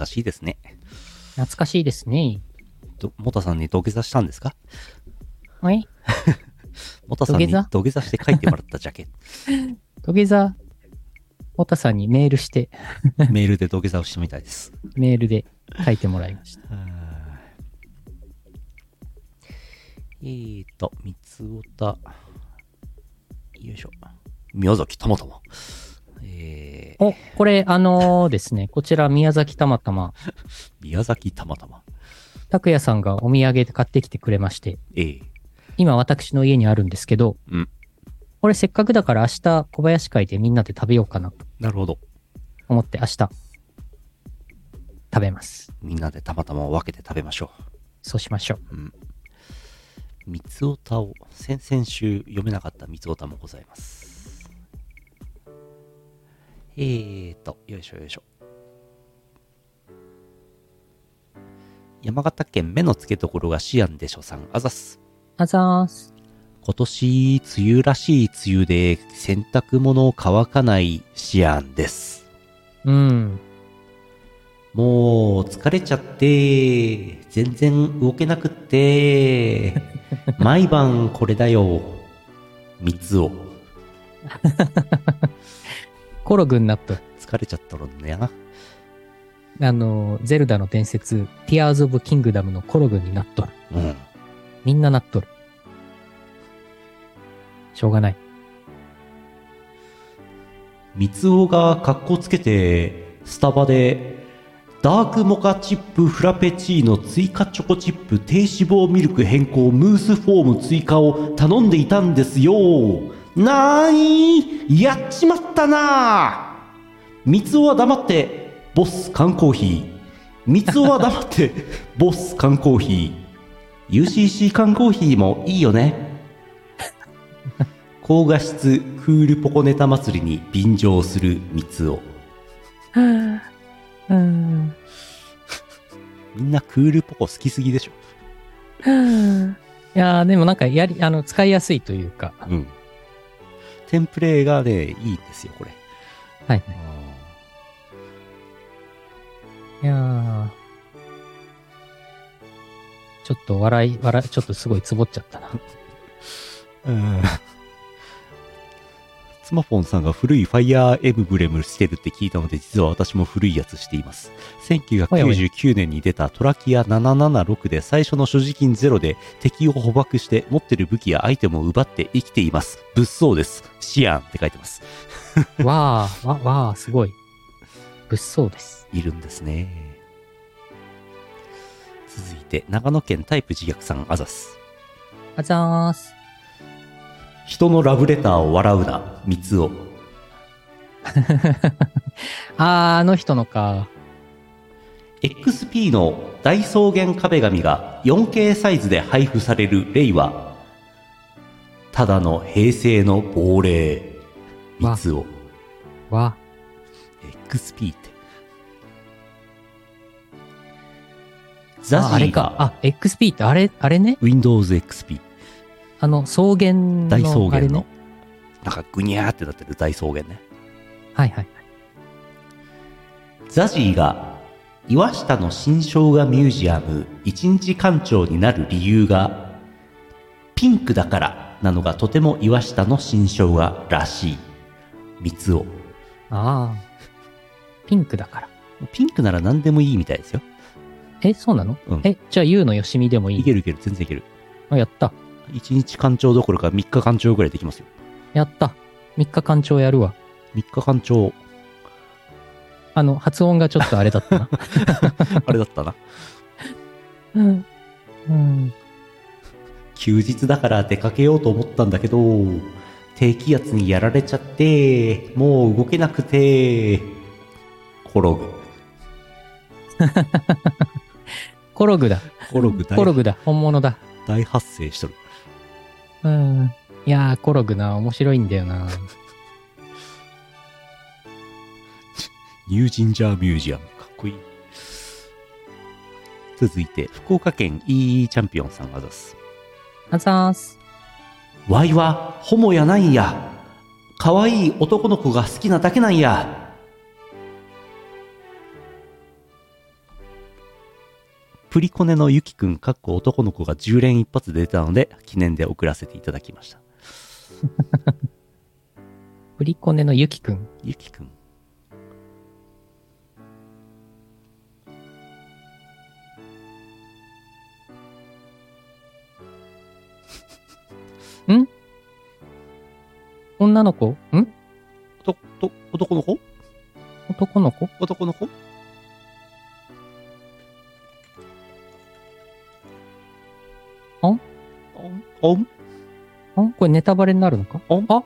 しいですね。 懐かしいですね。 モタさんに土下座したんですか？ えモタさんに土下座して書いてもらったジャケ。 土下座、モタさんにメールして、 メールで土下座をしてみたいです。 メールで書いてもらいました。 三つおた。よいしょ。宮崎たまたま。 お、これですね、こちら宮崎たまたま。 宮崎たまたま。 拓也さんがお土産で買ってきてくれまして、今私の家にあるんですけど、これせっかくだから明日小林会でみんなで食べようかなと。 なるほど。 思って明日食べます。 みんなでたまたま分けて食べましょう。 そうしましょう。 三つおたを先週読めなかった三つおたもございます。よいしょよいしょ。山形県目の付けどころがシアンでしょさん、あざっす。 あざーす。 今年梅雨らしい梅雨で洗濯物乾かないシアンです。もう疲れちゃって全然動けなくって毎晩これだよ。三つをコログになった。 疲れちゃったのねな。 ゼルダの伝説、ティアーズ・オブ・キングダムのコログになっとる。みんななっとる。しょうがない。 三つおがカッコつけて、スタバで、ダークモカチップフラペチーノ追加チョコチップ低脂肪ミルク変更ムースフォーム追加を頼んでいたんですよ。なーにやっちまったな。三つおは黙ってボス缶コーヒー。三つおは黙ってボス缶コーヒー。UCC 缶コーヒーもいいよね。高画質クールポコネタ祭りに便乗する三つお。みんなクールポコ好きすぎでしょ。 いやーでもなんか使いやすいというか。 テンプレがね、いいんですよ、これ。 はい。いやー。ちょっとちょっとすごいつぼっちゃったな。 スマフォンさんが古いファイヤーエムブレムしてるって聞いたので、実は私も古いやつしています。1999年に出たトラキア776で最初の所持金ゼロで敵を捕獲して持ってる武器やアイテムを奪って生きています。物騒です。シアンって書いてます。 わー、すごい。物騒です。 いるんですね。続いて、長野県タイプ自虐さん、あざす。 あざーす。 人のラブレターを笑うな、三つお。 あの人のか。 XP の大草原壁紙が 4K サイズで配布される令和。ただの平成の亡霊。三つお。XP って。ザジーが。 XP ってあれね。 Windows XP。 草原の。 大草原の。 ね、 なんかぐにゃーってなってる大草原ね。 はいはい。 ザジーが岩下の新生姜ミュージアム一日館長になる理由がピンクだからなのがとても岩下の新生姜らしい。三つお。 ピンクだから。 ピンクなら何でもいいみたいですよ。 そうなの？じゃあ、ゆうのよしみでもいい？ いける、全然いける。 やった。 一日館長どころか3日館長ぐらいできますよ。 やった。3日館長やるわ。 3日館長。 発音がちょっとあれだったな。 あれだったな。休日だから出かけようと思ったんだけど、低気圧にやられちゃって、もう動けなくて、転ぐ。 転ぐだ。転ぐだ。本物だ。 大発生しとる。 いやー、転ぐな。面白いんだよな。 ニュージンジャーミュージアム。かっこいい。続いて、福岡県 EE チャンピオンさんあざす。 あざーす。 わいは、ホモやないんや。かわいい男の子が好きなだけなんや。 プリコネのゆきくん、かっこ男の子が10連一発で出たので、記念で送らせていただきました。 プリコネのゆきくん。 ゆきくん。 ん女の子ん男の子男の子男の子あんこれネタバレになるのかおあ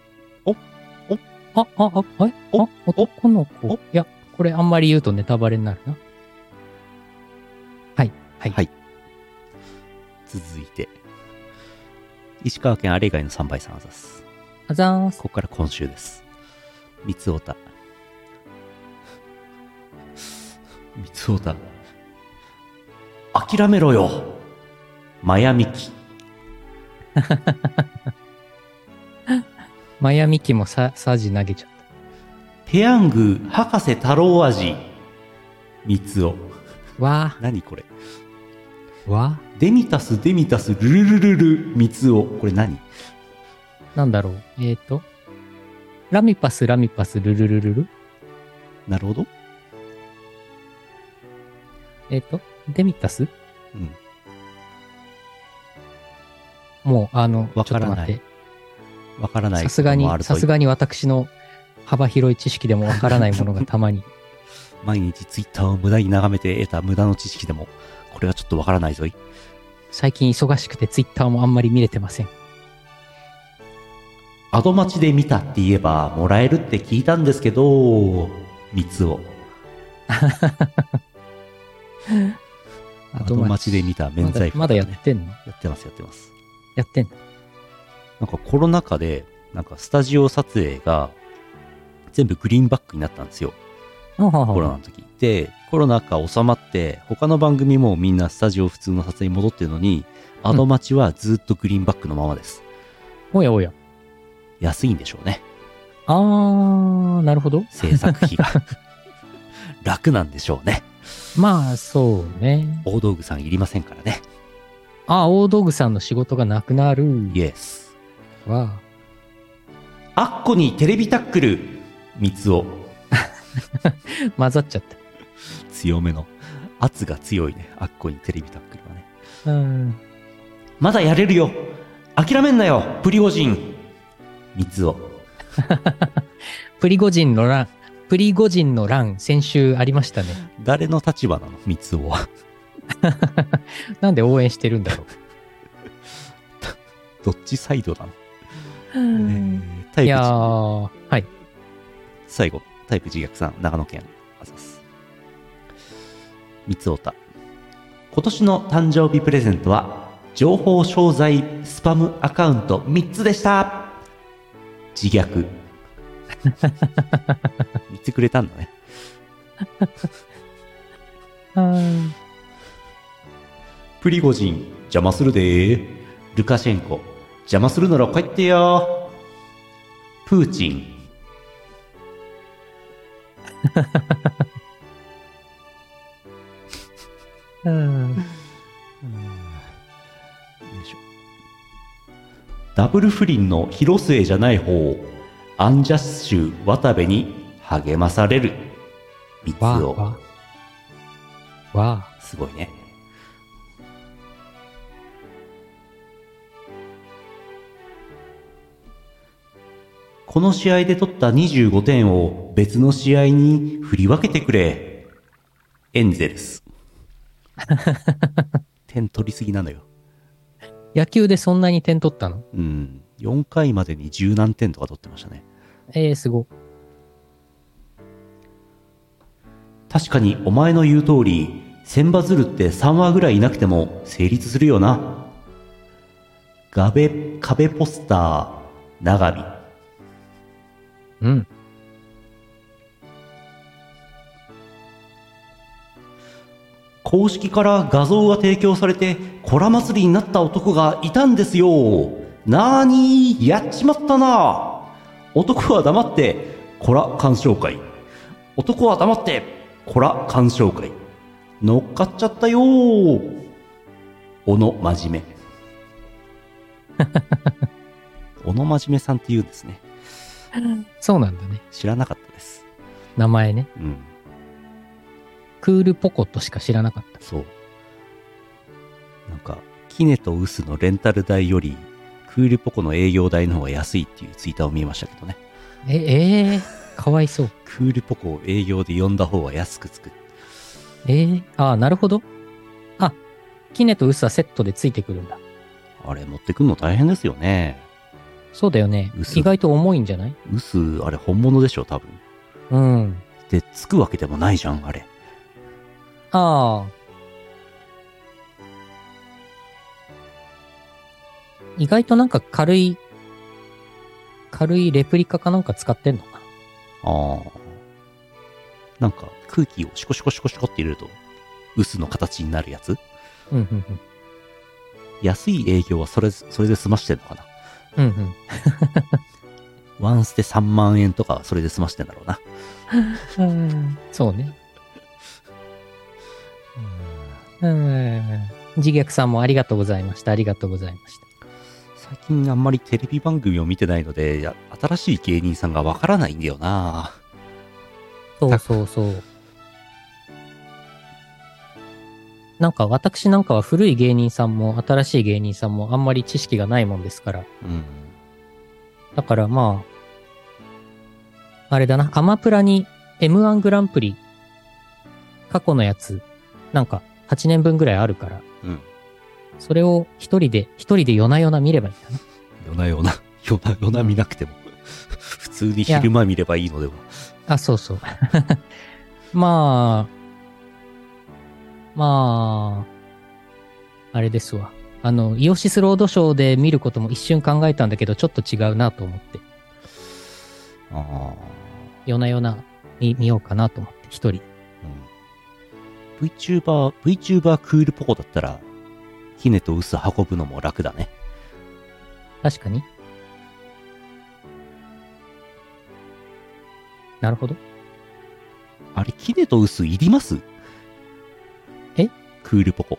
男の子。いや、これあんまり言うとネタバレになるな。はい。はい。 はい。続いて、石川県あれ以外の3倍さんあざす。 あざーす。 ここから今週です。三つおた。三つおた。諦めろよ。マヤミキ。 マヤミキもサジ投げちゃった。 ペヤング博士太郎味。三つお。 わ何これ。 ー。わデミタスルルルルル三つお。これ何？ なんだろう。ラミパスルルルルル。 なるほど。 デミタス？ うん。 もう、 わちょっとからない待って。 わからない。 さすがに私の幅広い知識でもわからないものがたまに。 毎日ツイッターを無駄に眺めて得た無駄の知識でも、これはちょっとわからないぞい。 最近忙しくてツイッターもあんまり見れてません。 アドマチで見たって言えばもらえるって聞いたんですけど、三つを。アドマチで見た免罪符、 まだやってんの？ やってます。 やってんの？ なんかコロナ禍で、なんかスタジオ撮影が全部グリーンバックになったんですよ。コロナの時。で、コロナ禍収まって、他の番組もみんなスタジオ普通の撮影に戻ってるのに、アドマチはずっとグリーンバックのままです。 おやおや。 安いんでしょうね。 なるほど。 制作費が。楽なんでしょうね。 まあ、そうね。 大道具さんいりませんからね。 大道具さんの仕事がなくなる。 イエス。 わあっこにテレビタックル。三つを。 混ざっちゃった。 強めの。圧が強いね。あっこにテレビタックルはね。まだやれるよ。諦めんなよ。プリゴジン。三つを。 プリゴジンの乱、先週ありましたね。 誰の立場なの三つをは。 なんで応援してるんだろう。 どっちサイドなのいやー、はい。 最後、タイプ自虐さん、長野県、あざす。三つおた。今年の誕生日プレゼントは、情報商材スパムアカウント3つでした。自虐。見てくれたんだね。プリゴジン、邪魔するでー。ルカシェンコ、邪魔するなら帰ってよ。プーチン。よいしょ。ダブル不倫の広末じゃない方、アンジャッシュ渡部に励まされる。三つを。すごいね。この試合で取った25点を別の試合に振り分けてくれ。エンゼルス。点取りすぎなのよ。 野球でそんなに点取ったの？ うん。4回までに10何点とか取ってましたね。 すご。 確かにお前の言う通り、千羽鶴って3羽ぐらいいなくても成立するよな。壁ポスター、長見。 うん。 公式から画像が提供されて、コラ祭りになった男がいたんですよ。なーにー、やっちまったな。男は黙って、コラ鑑賞会。男は黙って、コラ鑑賞会。乗っかっちゃったよー。 小野真面目。小野真面目さんって言うんですね。 そうなんだね。 知らなかったです。 名前ね。 うん。 クールポコとしか知らなかった。 そう。なんか、キネとウスのレンタル代より、クールポコの営業代の方が安いっていうツイッターを見ましたけどね。 かわいそう。 クールポコを営業で呼んだ方が安くつく。 なるほど。あ、キネとウスはセットでついてくるんだ。 あれ、持ってくんの大変ですよね。 そうだよね。 ウス意外と重いんじゃない？ ウス、あれ本物でしょ、多分。 うん。 で、つくわけでもないじゃん、あれ。 ああ。意外となんか軽いレプリカかなんか使ってんのかな。 ああ。なんか空気をシコシコシコシコって入れると、薄の形になるやつ。 うんうんうん。 安い営業はそれで済ましてんのかな。 うんうん。 ワンステ3万円とかそれで済ましてんだろうな。 そうね。自虐さんもありがとうございました。ありがとうございました。 最近あんまりテレビ番組を見てないので、新しい芸人さんがわからないんだよな。 そうそうそう。なんか私なんかは古い芸人さんも新しい芸人さんもあんまり知識がないもんですから。 うん。 だからまあ、あれだな、アマプラに M1 グランプリ過去のやつ、なんか8年分ぐらいあるから、 うん。 それを一人で夜な夜な見ればいいんだな。 夜な見なくても。普通に昼間見ればいいのでは。 あ、そうそう。まあ、あれですわ。イオシスロードショーで見ることも一瞬考えたんだけど、ちょっと違うなと思って。夜な夜な見ようかなと思って、一人。 うん。VTuber クールポコだったら、キネとウス運ぶのも楽だね。 確かに。なるほど。 あれ、キネとウスいります？ え？ クールポコ。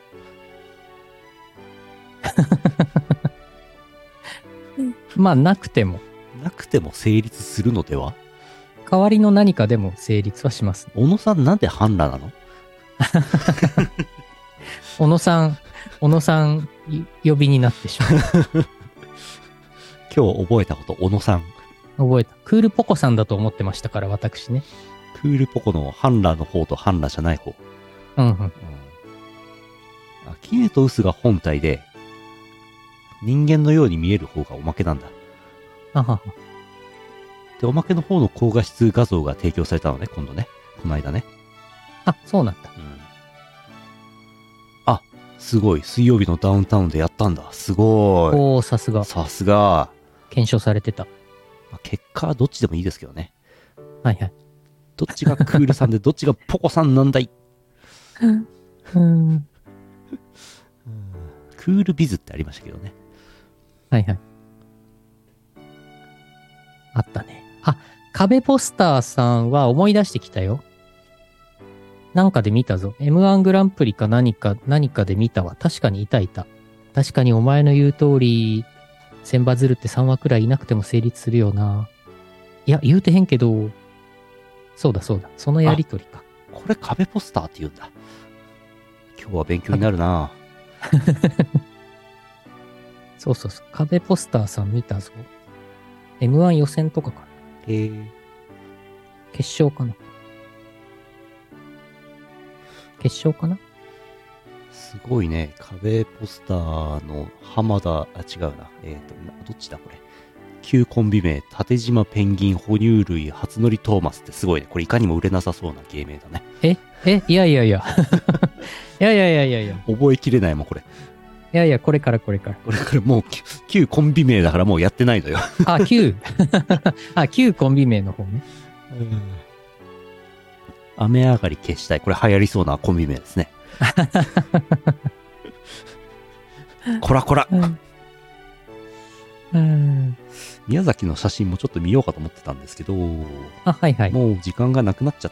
まあ、なくても成立するのでは？ 代わりの何かでも成立はします、ね。 小野さんなんで半裸なの？ 小野さん呼びになってしまう。 今日覚えたこと、小野さん。 覚えた。クールポコさんだと思ってましたから、私ね。 クールポコの半裸の方と半裸じゃない方。 うんうん。 キネとウスが本体で、人間のように見える方がおまけなんだ。 あはは。 で、おまけの方の高画質画像が提供されたのね、今度ね。この間ね。 あ、そうなんだ。 うん。あ、すごい。水曜日のダウンタウンでやったんだ。すごい。 おー、さすが。 さすが。 検証されてた。 結果はどっちでもいいですけどね。 はいはい。 どっちがクールさんでどっちがポコさんなんだい。クールビズってありましたけどね。 はいはい。あったね。あ、壁ポスターさんは思い出してきたよ。なんかで見たぞ。M1 グランプリか何かで見たわ。確かにいた。確かにお前の言う通り、千羽鶴って3話くらいいなくても成立するよな。いや、言うてへんけど、そうだ。そのやりとりか。 これ壁ポスターって言うんだ。今日は勉強になるな。 そう。壁ポスターさん見たぞ。M1 予選とかかな。決勝かな。 すごいね。壁ポスターの浜田、違うな。どっちだこれ。旧コンビ名、縦島ペンギン、哺乳類、初乗りトーマスってすごいね。これいかにも売れなさそうな芸名だね。 いや。いや。 覚えきれないもん、これ。 いや、これから。 これからもう、旧コンビ名だからもうやってないのよ。旧コンビ名の方ね。 雨上がり消したい。これ流行りそうなコンビ名ですね。こら。宮崎の写真もちょっと見ようかと思ってたんですけど、 はい。 もう時間がなくなっちゃって、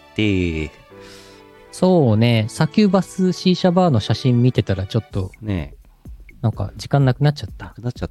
そうね、サキュバスシーシャバーの写真見てたらちょっと、 ねなんか時間なくなっちゃった。 なくなっちゃって、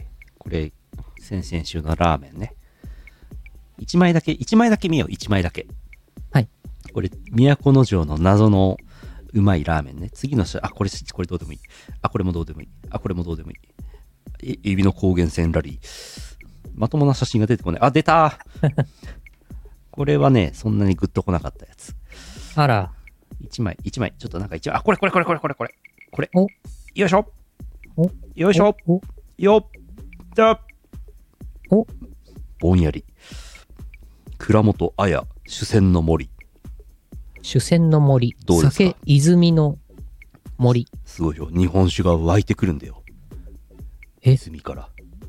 これ、先々週のラーメンね。1枚だけ見よう、1枚だけ。 はい。 これ、都城の謎のうまいラーメンね。次のこれどうでもいい。これもどうでもいい。これもどうでもいい。エビの高原線ラリー。まともな写真が出てこない。出たこれはね、そんなにグッとこなかったやつ。 あら。 1枚。ちょっとなんか1枚。これ。これ。 およいしょ。 およいしょ。 およっ。だおぼんやり。倉本彩、主戦の森。 主戦の森。 どうですか？ 酒泉の森。 すごいよ。日本酒が湧いてくるんだよ。泉から。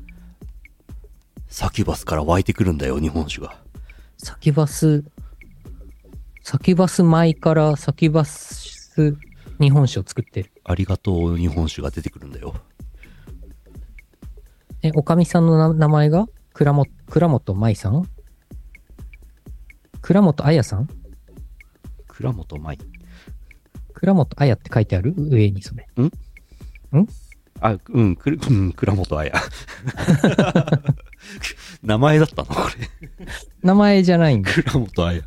サキュバスから湧いてくるんだよ、日本酒が。 サキバス米からサキバス日本酒を作ってる。 ありがとう日本酒が出てくるんだよ。 おかみさんの名前が倉本舞さん？倉本彩さん？ 倉本舞。 倉本彩って書いてある？上にそれ。 倉本彩。名前だったのこれ。 名前じゃないんだ。 倉本彩。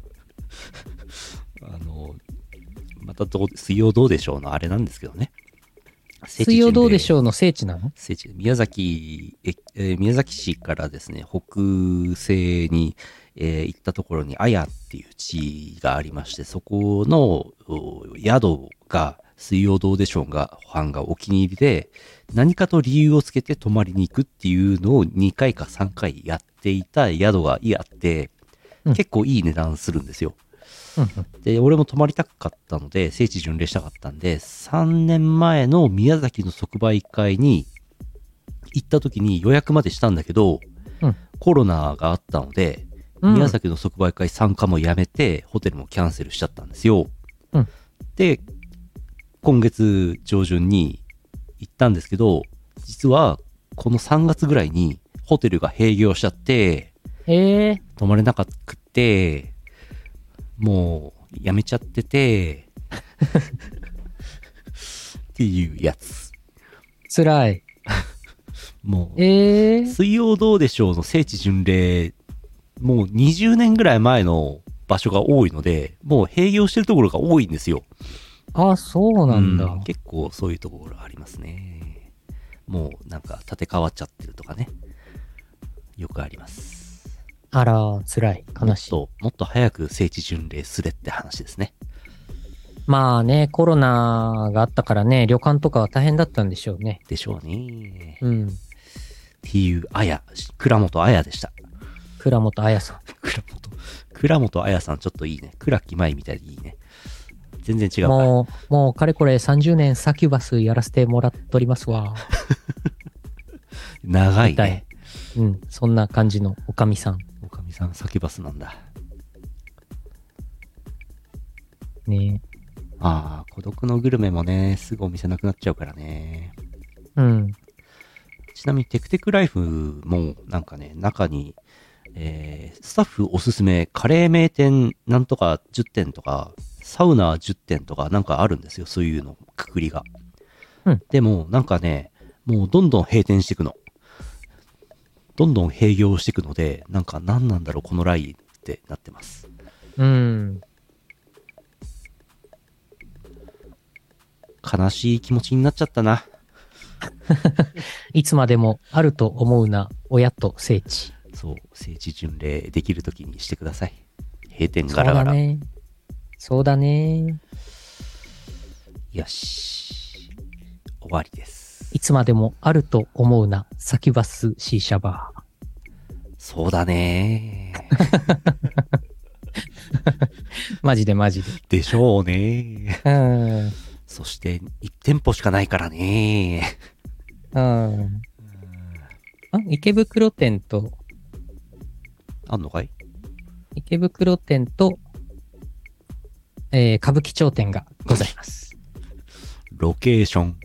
また水曜どうでしょうのあれなんですけどね。 水曜どうでしょうの聖地なの？ 聖地。宮崎市からですね、北西に、行ったところに綾っていう地がありまして、そこの宿が水曜どうでしょうがファンがお気に入りで、何かと理由をつけて泊まりに行くっていうのを2回か3回やっていた宿があって、結構いい値段するんですよ。で、俺も泊まりたかったので、聖地巡礼したかったんで、3年前の宮崎の即売会に行った時に予約までしたんだけど、コロナがあったので、宮崎の即売会参加もやめて、ホテルもキャンセルしちゃったんですよ。で、今月上旬に行ったんですけど、実はこの3月ぐらいにホテルが閉業しちゃって、泊まれなかったって、もうやめちゃっててっていうやつ。 辛い。 もう、水曜どうでしょうの聖地巡礼、もう20年ぐらい前の場所が多いので、もう閉業してるところが多いんですよ。 そうなんだ。 結構そういうところありますね。もうなんか建て替わっちゃってるとかね。よくあります。 あら、辛い。悲しい。 もっと早く聖地巡礼すれって話ですね。 まあね、コロナがあったからね、旅館とかは大変だったんでしょうね。 でしょうね。 っていう倉本彩でした。 倉本彩さん。 倉本彩さんちょっといいね。倉木舞みたいでいいね。全然違うか。 もうかれこれ30年サキュバスやらせてもらっておりますわ。 長いね。 そんな感じのおかみさん。 おかみさんサキュバスなんだ。 ね。 孤独のグルメもね、すぐお店なくなっちゃうからね。ちなみにテクテクライフもなんかね、中に、スタッフおすすめカレー名店なんとか10店とか、サウナ10店とかなんかあるんですよ。そういうの、くくりが。でもなんかね、もうどんどん閉店していくの。どんどん閉業していくので、なんか何なんだろうこのラインってなってます。悲しい気持ちになっちゃったな。 いつまでもあると思うな、親と聖地。 そう、聖地巡礼できるときにしてください。閉店ガラガラ。 そうだね。 よし。終わりです。 いつまでもあると思うな、サキュバスシーシャバー。 そうだね。 マジで。 でしょうね。そして1店舗しかないからね。 池袋店と、 あんのかい？ 池袋店と、歌舞伎町店がございます。 ロケーション。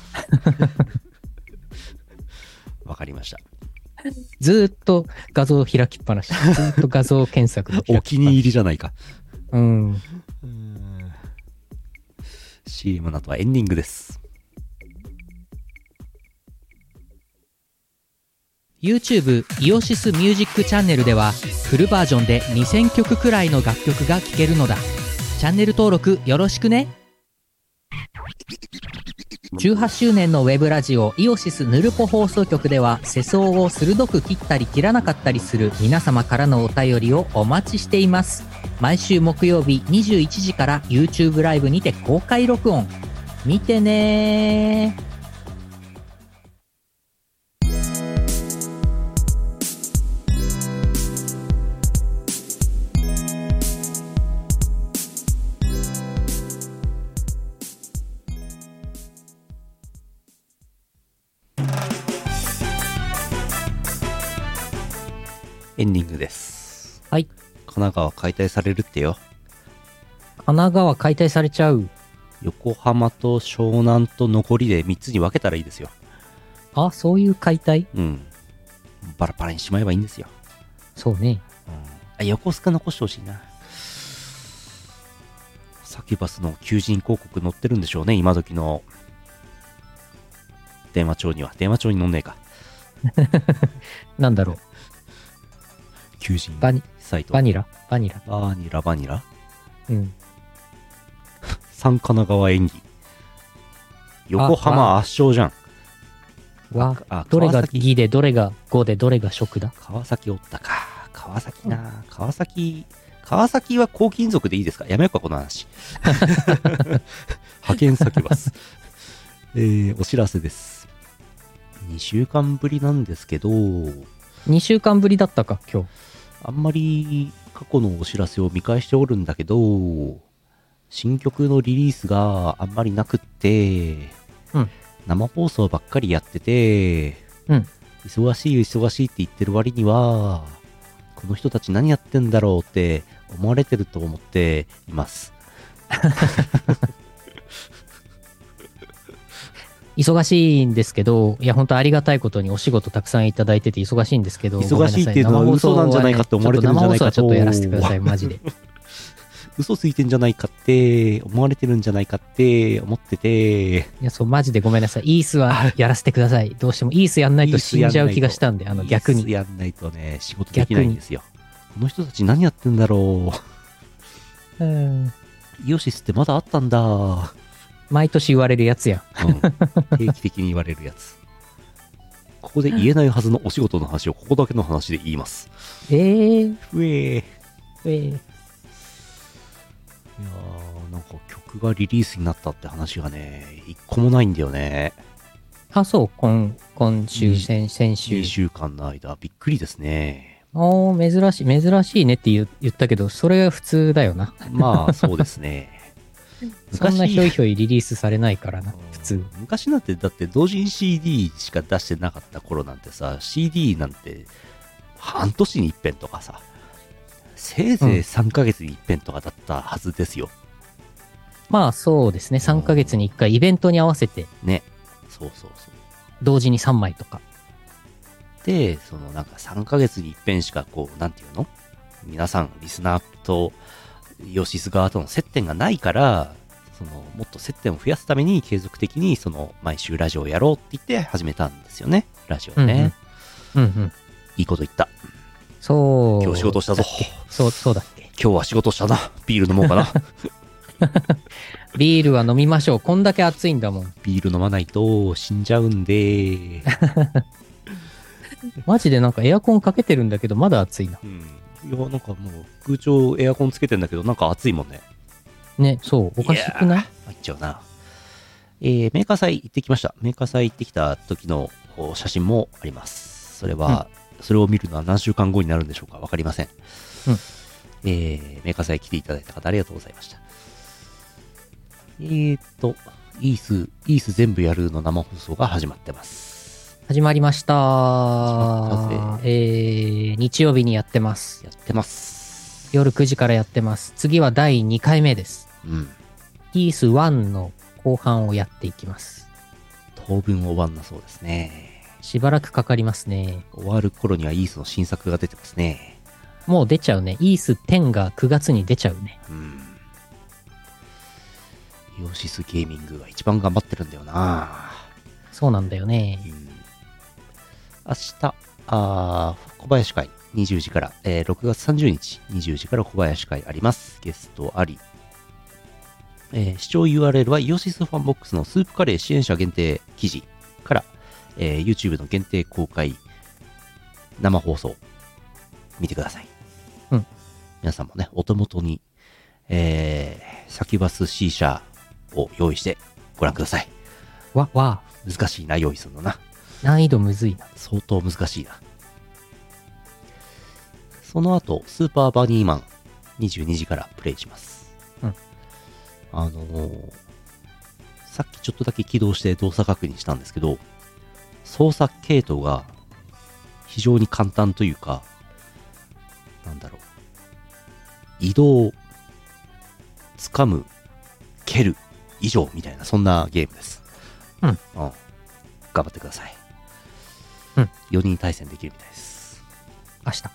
わかりました。 ずーっと画像開きっぱなし。ずーっと画像検索のお気に入りじゃないか。 CM の後はエンディングです。 YouTube イオシスミュージックチャンネルではフルバージョンで2000曲くらいの楽曲が聴けるのだ。チャンネル登録よろしくね。18周年のウェブラジオイオシスヌルポ放送局では世相を鋭く切ったり切らなかったりする皆様からのお便りをお待ちしています。毎週木曜日21時から YouTube ライブにて公開録音。見てねー。 エンディングです。 はい。 神奈川解体されるってよ。 神奈川解体されちゃう。 横浜と湘南と残りで3つに分けたらいいですよ。 あ、そういう解体？ うん。バラバラにしまえばいいんですよ。 そうね。 横須賀残してほしいな。サキュバスの求人広告載ってるんでしょうね、今時の電話帳には。電話帳に載んねえか。 なんだろう。 求人サイト。 バニラバニラうん。 三神奈川演技。横浜圧勝じゃん。 どれが義で、どれが5で、どれが食だ？ 川崎おったか。川崎な、川崎は高金属でいいですか？やめようか、この話。派遣先ます。お知らせです。2週間ぶりなんですけど、 2週間ぶりだったか、今日。 あんまり過去のお知らせを見返しておるんだけど、新曲のリリースがあんまりなくって、 うん、 生放送ばっかりやってて、 うん、 忙しいって言ってる割には、この人たち何やってんだろうって思われてると思っています。 忙しいんですけど、いや本当ありがたいことにお仕事たくさんいただいてて忙しいんですけど、 忙しいっていうのは嘘なんじゃないかって思われてるんじゃないかと。 生放送はちょっとやらせてください、マジで。 嘘ついてんじゃないかって思われてるんじゃないかって思ってて、 いやそうマジでごめんなさい。イースはやらせてください。どうしてもイースやんないと死んじゃう気がしたんで、逆に。 イースやんないとね、仕事できないんですよ。この人たち何やってんだろう。イオシスってまだあったんだ。 毎年言われるやつや。 定期的に言われるやつ。ここで言えないはずのお仕事の話をここだけの話で言います。いやー、なんか曲がリリースになったって話がね、一個もないんだよね。 あ、そう、今週、先週。 2週間の間、びっくりですね。 珍しいねって言ったけど、それが普通だよな。 まあ、そうですね。 そんなひょいひょいリリースされないからな、普通。 昔なんて、だって同人 CD しか出してなかった頃なんてさ、CD なんて半年に一遍とかさ、せいぜい3ヶ月に一遍とかだったはずですよ。 まあそうですね、3ヶ月に1回イベントに合わせて。 ね。そうそうそう。 同時に3枚とか。 で、そのなんか3ヶ月に一遍しかこう、なんていうの？皆さん、リスナーとイオシス側との接点がないから、そのもっと接点を増やすために継続的にその毎週ラジオをやろうって言って始めたんですよね。ラジオね。いいこと言った。 そう。 今日仕事したぞ。 そうだっけ。 今日は仕事したな。ビール飲もうかな。 ビールは飲みましょう。こんだけ暑いんだもん。 ビール飲まないと死んじゃうんで。 マジでなんかエアコンかけてるんだけどまだ暑いな。 いや、なんかもう空調エアコンつけてんだけどなんか暑いもんね。 ね、そう、おかしくない？ 入っちゃうな。メーカー祭行ってきました。メーカー祭行ってきた時の写真もあります。それは、それを見るのは何週間後になるんでしょうかわかりません。メーカー祭来ていただいた方ありがとうございました。イース全部やるの生放送が始まってます。 始まりました。日曜日にやってます。 やってます。 夜9時からやってます。次は第2回目です。イース1の後半をやっていきます。 当分終わんなそうですね。 しばらくかかりますね。 終わる頃にはイースの新作が出てますね。 もう出ちゃうね。イース10が9月に出ちゃうね。 イオシスゲーミングが一番頑張ってるんだよな。 そうなんだよね。 明小林会20時から、6月30日20時から小林会あります。ゲストあり。視聴 URL はイオシスファンボックスのスープカレー支援者限定記事から、YouTube の限定公開生放送見てください。 うん。 皆さんもね、お手元に、サキュバス C 社を用意してご覧ください。 難しいな、用意するのな。 難易度むずいな。 相当難しいな。その後、スーパーバニーマン22時からプレイします。 うん。 さっきちょっとだけ起動して動作確認したんですけど、操作系統が非常に簡単というか、移動、掴む、蹴る、以上みたいな、そんなゲームです。 うん。 頑張ってください。 うん。 4人対戦できるみたいです。 明日。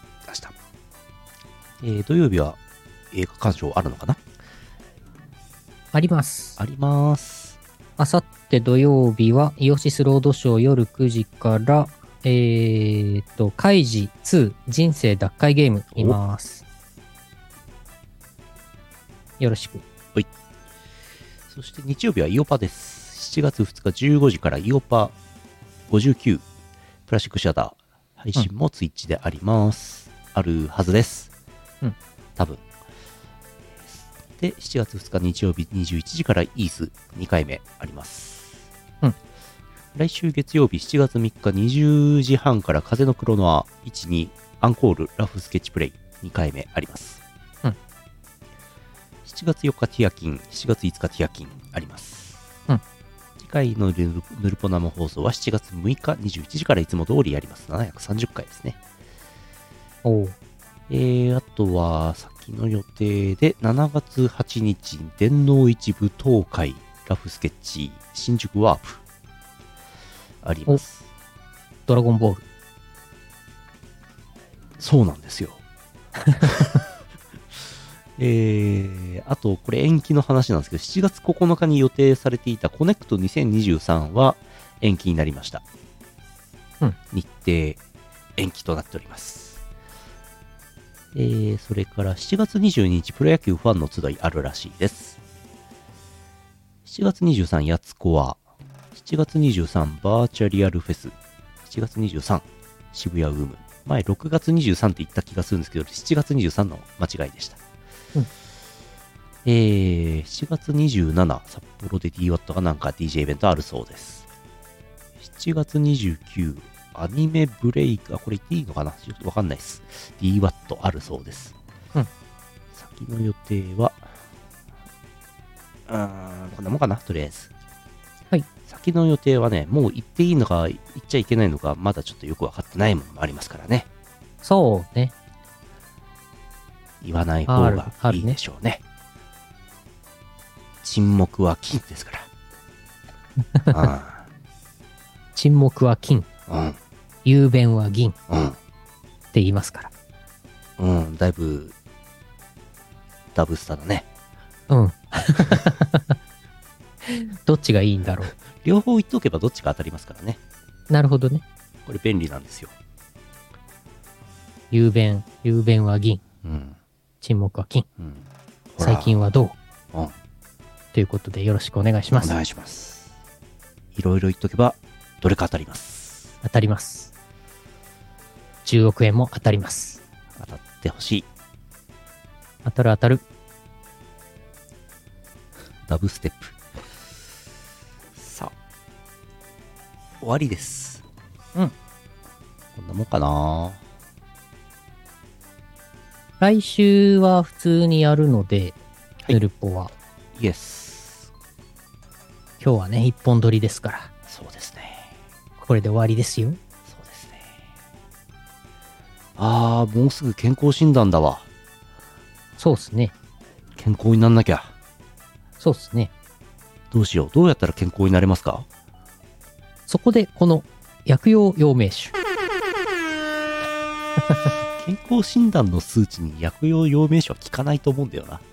土曜日は映画鑑賞あるのかな？ あります。 あります。 あさって土曜日はイオシスロードショー夜9時から、カイジ2人生奪回ゲーム見ます。よろしく。 はい。そして日曜日はイオパです。7月2日15時からイオパ59プラスチックシャッター配信もツイッチであります。あるはずです。 うん。 多分。で、7月2日日曜日21時からイース2回目あります。 うん。 来週月曜日7月3日20時半から風のクロノア1、2アンコールラフスケッチプレイ2回目あります。 うん。 7月4日ティアキン、7月5日ティアキンあります。 うん。 次回のヌルポ生放送は7月6日21時からいつも通りやります。730回ですね。 おう。 あとは、先の予定で、7月8日、電脳一部東海、ラフスケッチ、新宿ワープ、あります。 ドラゴンボール。 そうなんですよ。あと、これ延期の話なんですけど、7月9日に予定されていたコネクト2023は延期になりました。 うん。 日程延期となっております。それから7月22日プロ野球ファンの集いあるらしいです。7月23やつこわ、7月23バーチャリアルフェス、7月23渋谷ウーム、前6月23って言った気がするんですけど、7月23の間違いでした。 うん。 7月27札幌で DWAT がなんか DJ イベントあるそうです。7月29アニメブレイク、これ言っていいのかな、ちょっとわかんないです。DWAT あるそうです。 うん。 先の予定は、こんなもんかな、とりあえず。 はい。 先の予定はね、もう言っていいのか言っちゃいけないのか、まだちょっとよくわかってないものもありますからね。 そうね。 言わない方がいいでしょうね。沈黙は金ですから。 沈黙は金。 うん。 雄弁は銀。 うん。 って言いますから。 うん、だいぶ、ダブスターだね。 うん。どっちがいいんだろう。 両方言っておけばどっちか当たりますからね。 なるほどね。 これ便利なんですよ。 雄弁は銀。 うん。 沈黙は金。 うん。 最近はどう？ うん。 ということでよろしくお願いします。 お願いします。いろいろ言っとけば、どれか当たります。 当たります。10億円も当たります。 当たってほしい。 当たる当たる。 ダブステップ。さあ、終わりです。 うん。 こんなもんかな。 来週は普通にやるので、 はい、 ヌルポは。 イエス。 今日はね、一本撮りですから。 そうですね。 これで終わりですよ。 そうですね。もうすぐ健康診断だわ。 そうっすね。 健康になんなきゃ。 そうっすね。 どうしよう。どうやったら健康になれますか？ そこで、この薬用養命酒。 健康診断の数値に薬用養命酒は効かないと思うんだよな。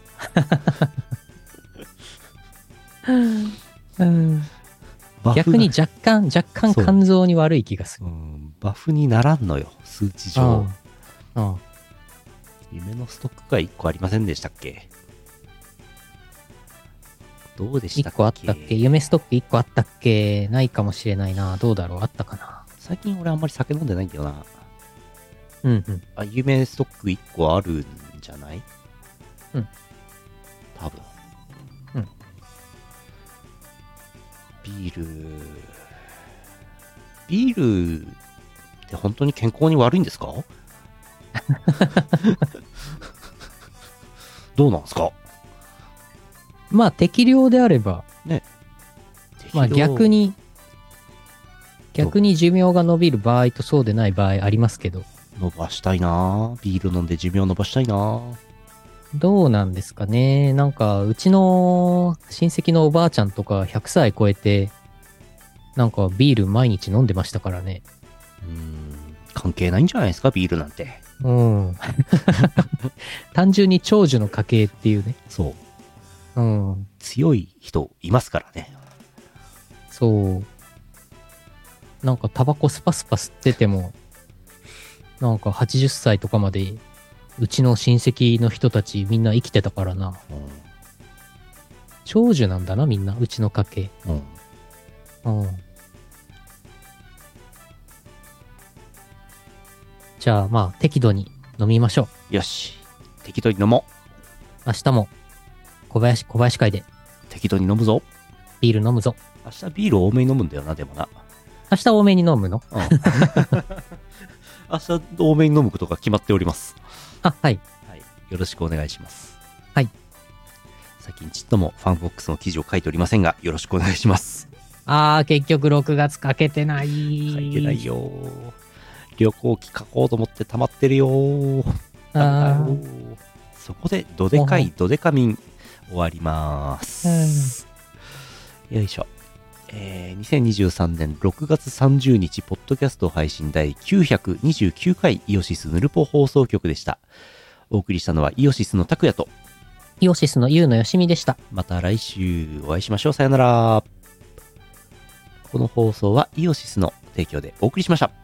逆に若干肝臓に悪い気がする。 バフにならんのよ、数値上。 うん。 夢のストックが1個ありませんでしたっけ？どうでしたっ 1 け？ 個あったっけ？夢ストック1個あったっけ？ないかもしれないな。どうだろう？あったかな。 最近俺あんまり酒飲んでないんだよな。 うんうん。 あ、夢ストック1個あるんじゃない？ うん。 多分。 うん。 ビールって本当に健康に悪いんですか？どうなんですか？ まあ適量であれば、 ね。 まあ逆に寿命が伸びる場合とそうでない場合ありますけど、 伸ばしたいな。ビール飲んで寿命伸ばしたいな。 どうなんですかね。なんか、うちの親戚のおばあちゃんとか100歳超えて、なんかビール毎日飲んでましたからね。 関係ないんじゃないですか、ビールなんて。 うん。単純に長寿の家系っていうね。 そう。 うん。 強い人いますからね。 そう。なんかタバコスパスパ吸ってても、なんか80歳とかまで、うちの親戚の人たちみんな生きてたからな。長寿なんだな、みんな。うちの家系。うん。じゃあまあ適度に飲みましょよし。適当に飲もう。明日も小林会でう。適当に飲むぞ。 ビール飲むぞ。 明日ビール多めに飲むんだよな、でもな。 明日多めに飲むの？ 明日多めに飲むことが決まっております。 あ、はい。 はい。よろしくお願いします。 はい。 最近ちっともファンボックスの記事を書いておりませんが、よろしくお願いします。 結局6月書けてない。 書いてないよ。旅行記書こうと思って溜まってるよ。そこでドデカミン終わります。よいしょ。2023年6月30日ポッドキャスト配信第929回イオシスヌルポ放送局でした。お送りしたのはイオシスの拓也とイオシスのユウのよしみでした。 また来週お会いしましょう。さよなら。この放送はイオシスの提供でお送りしました。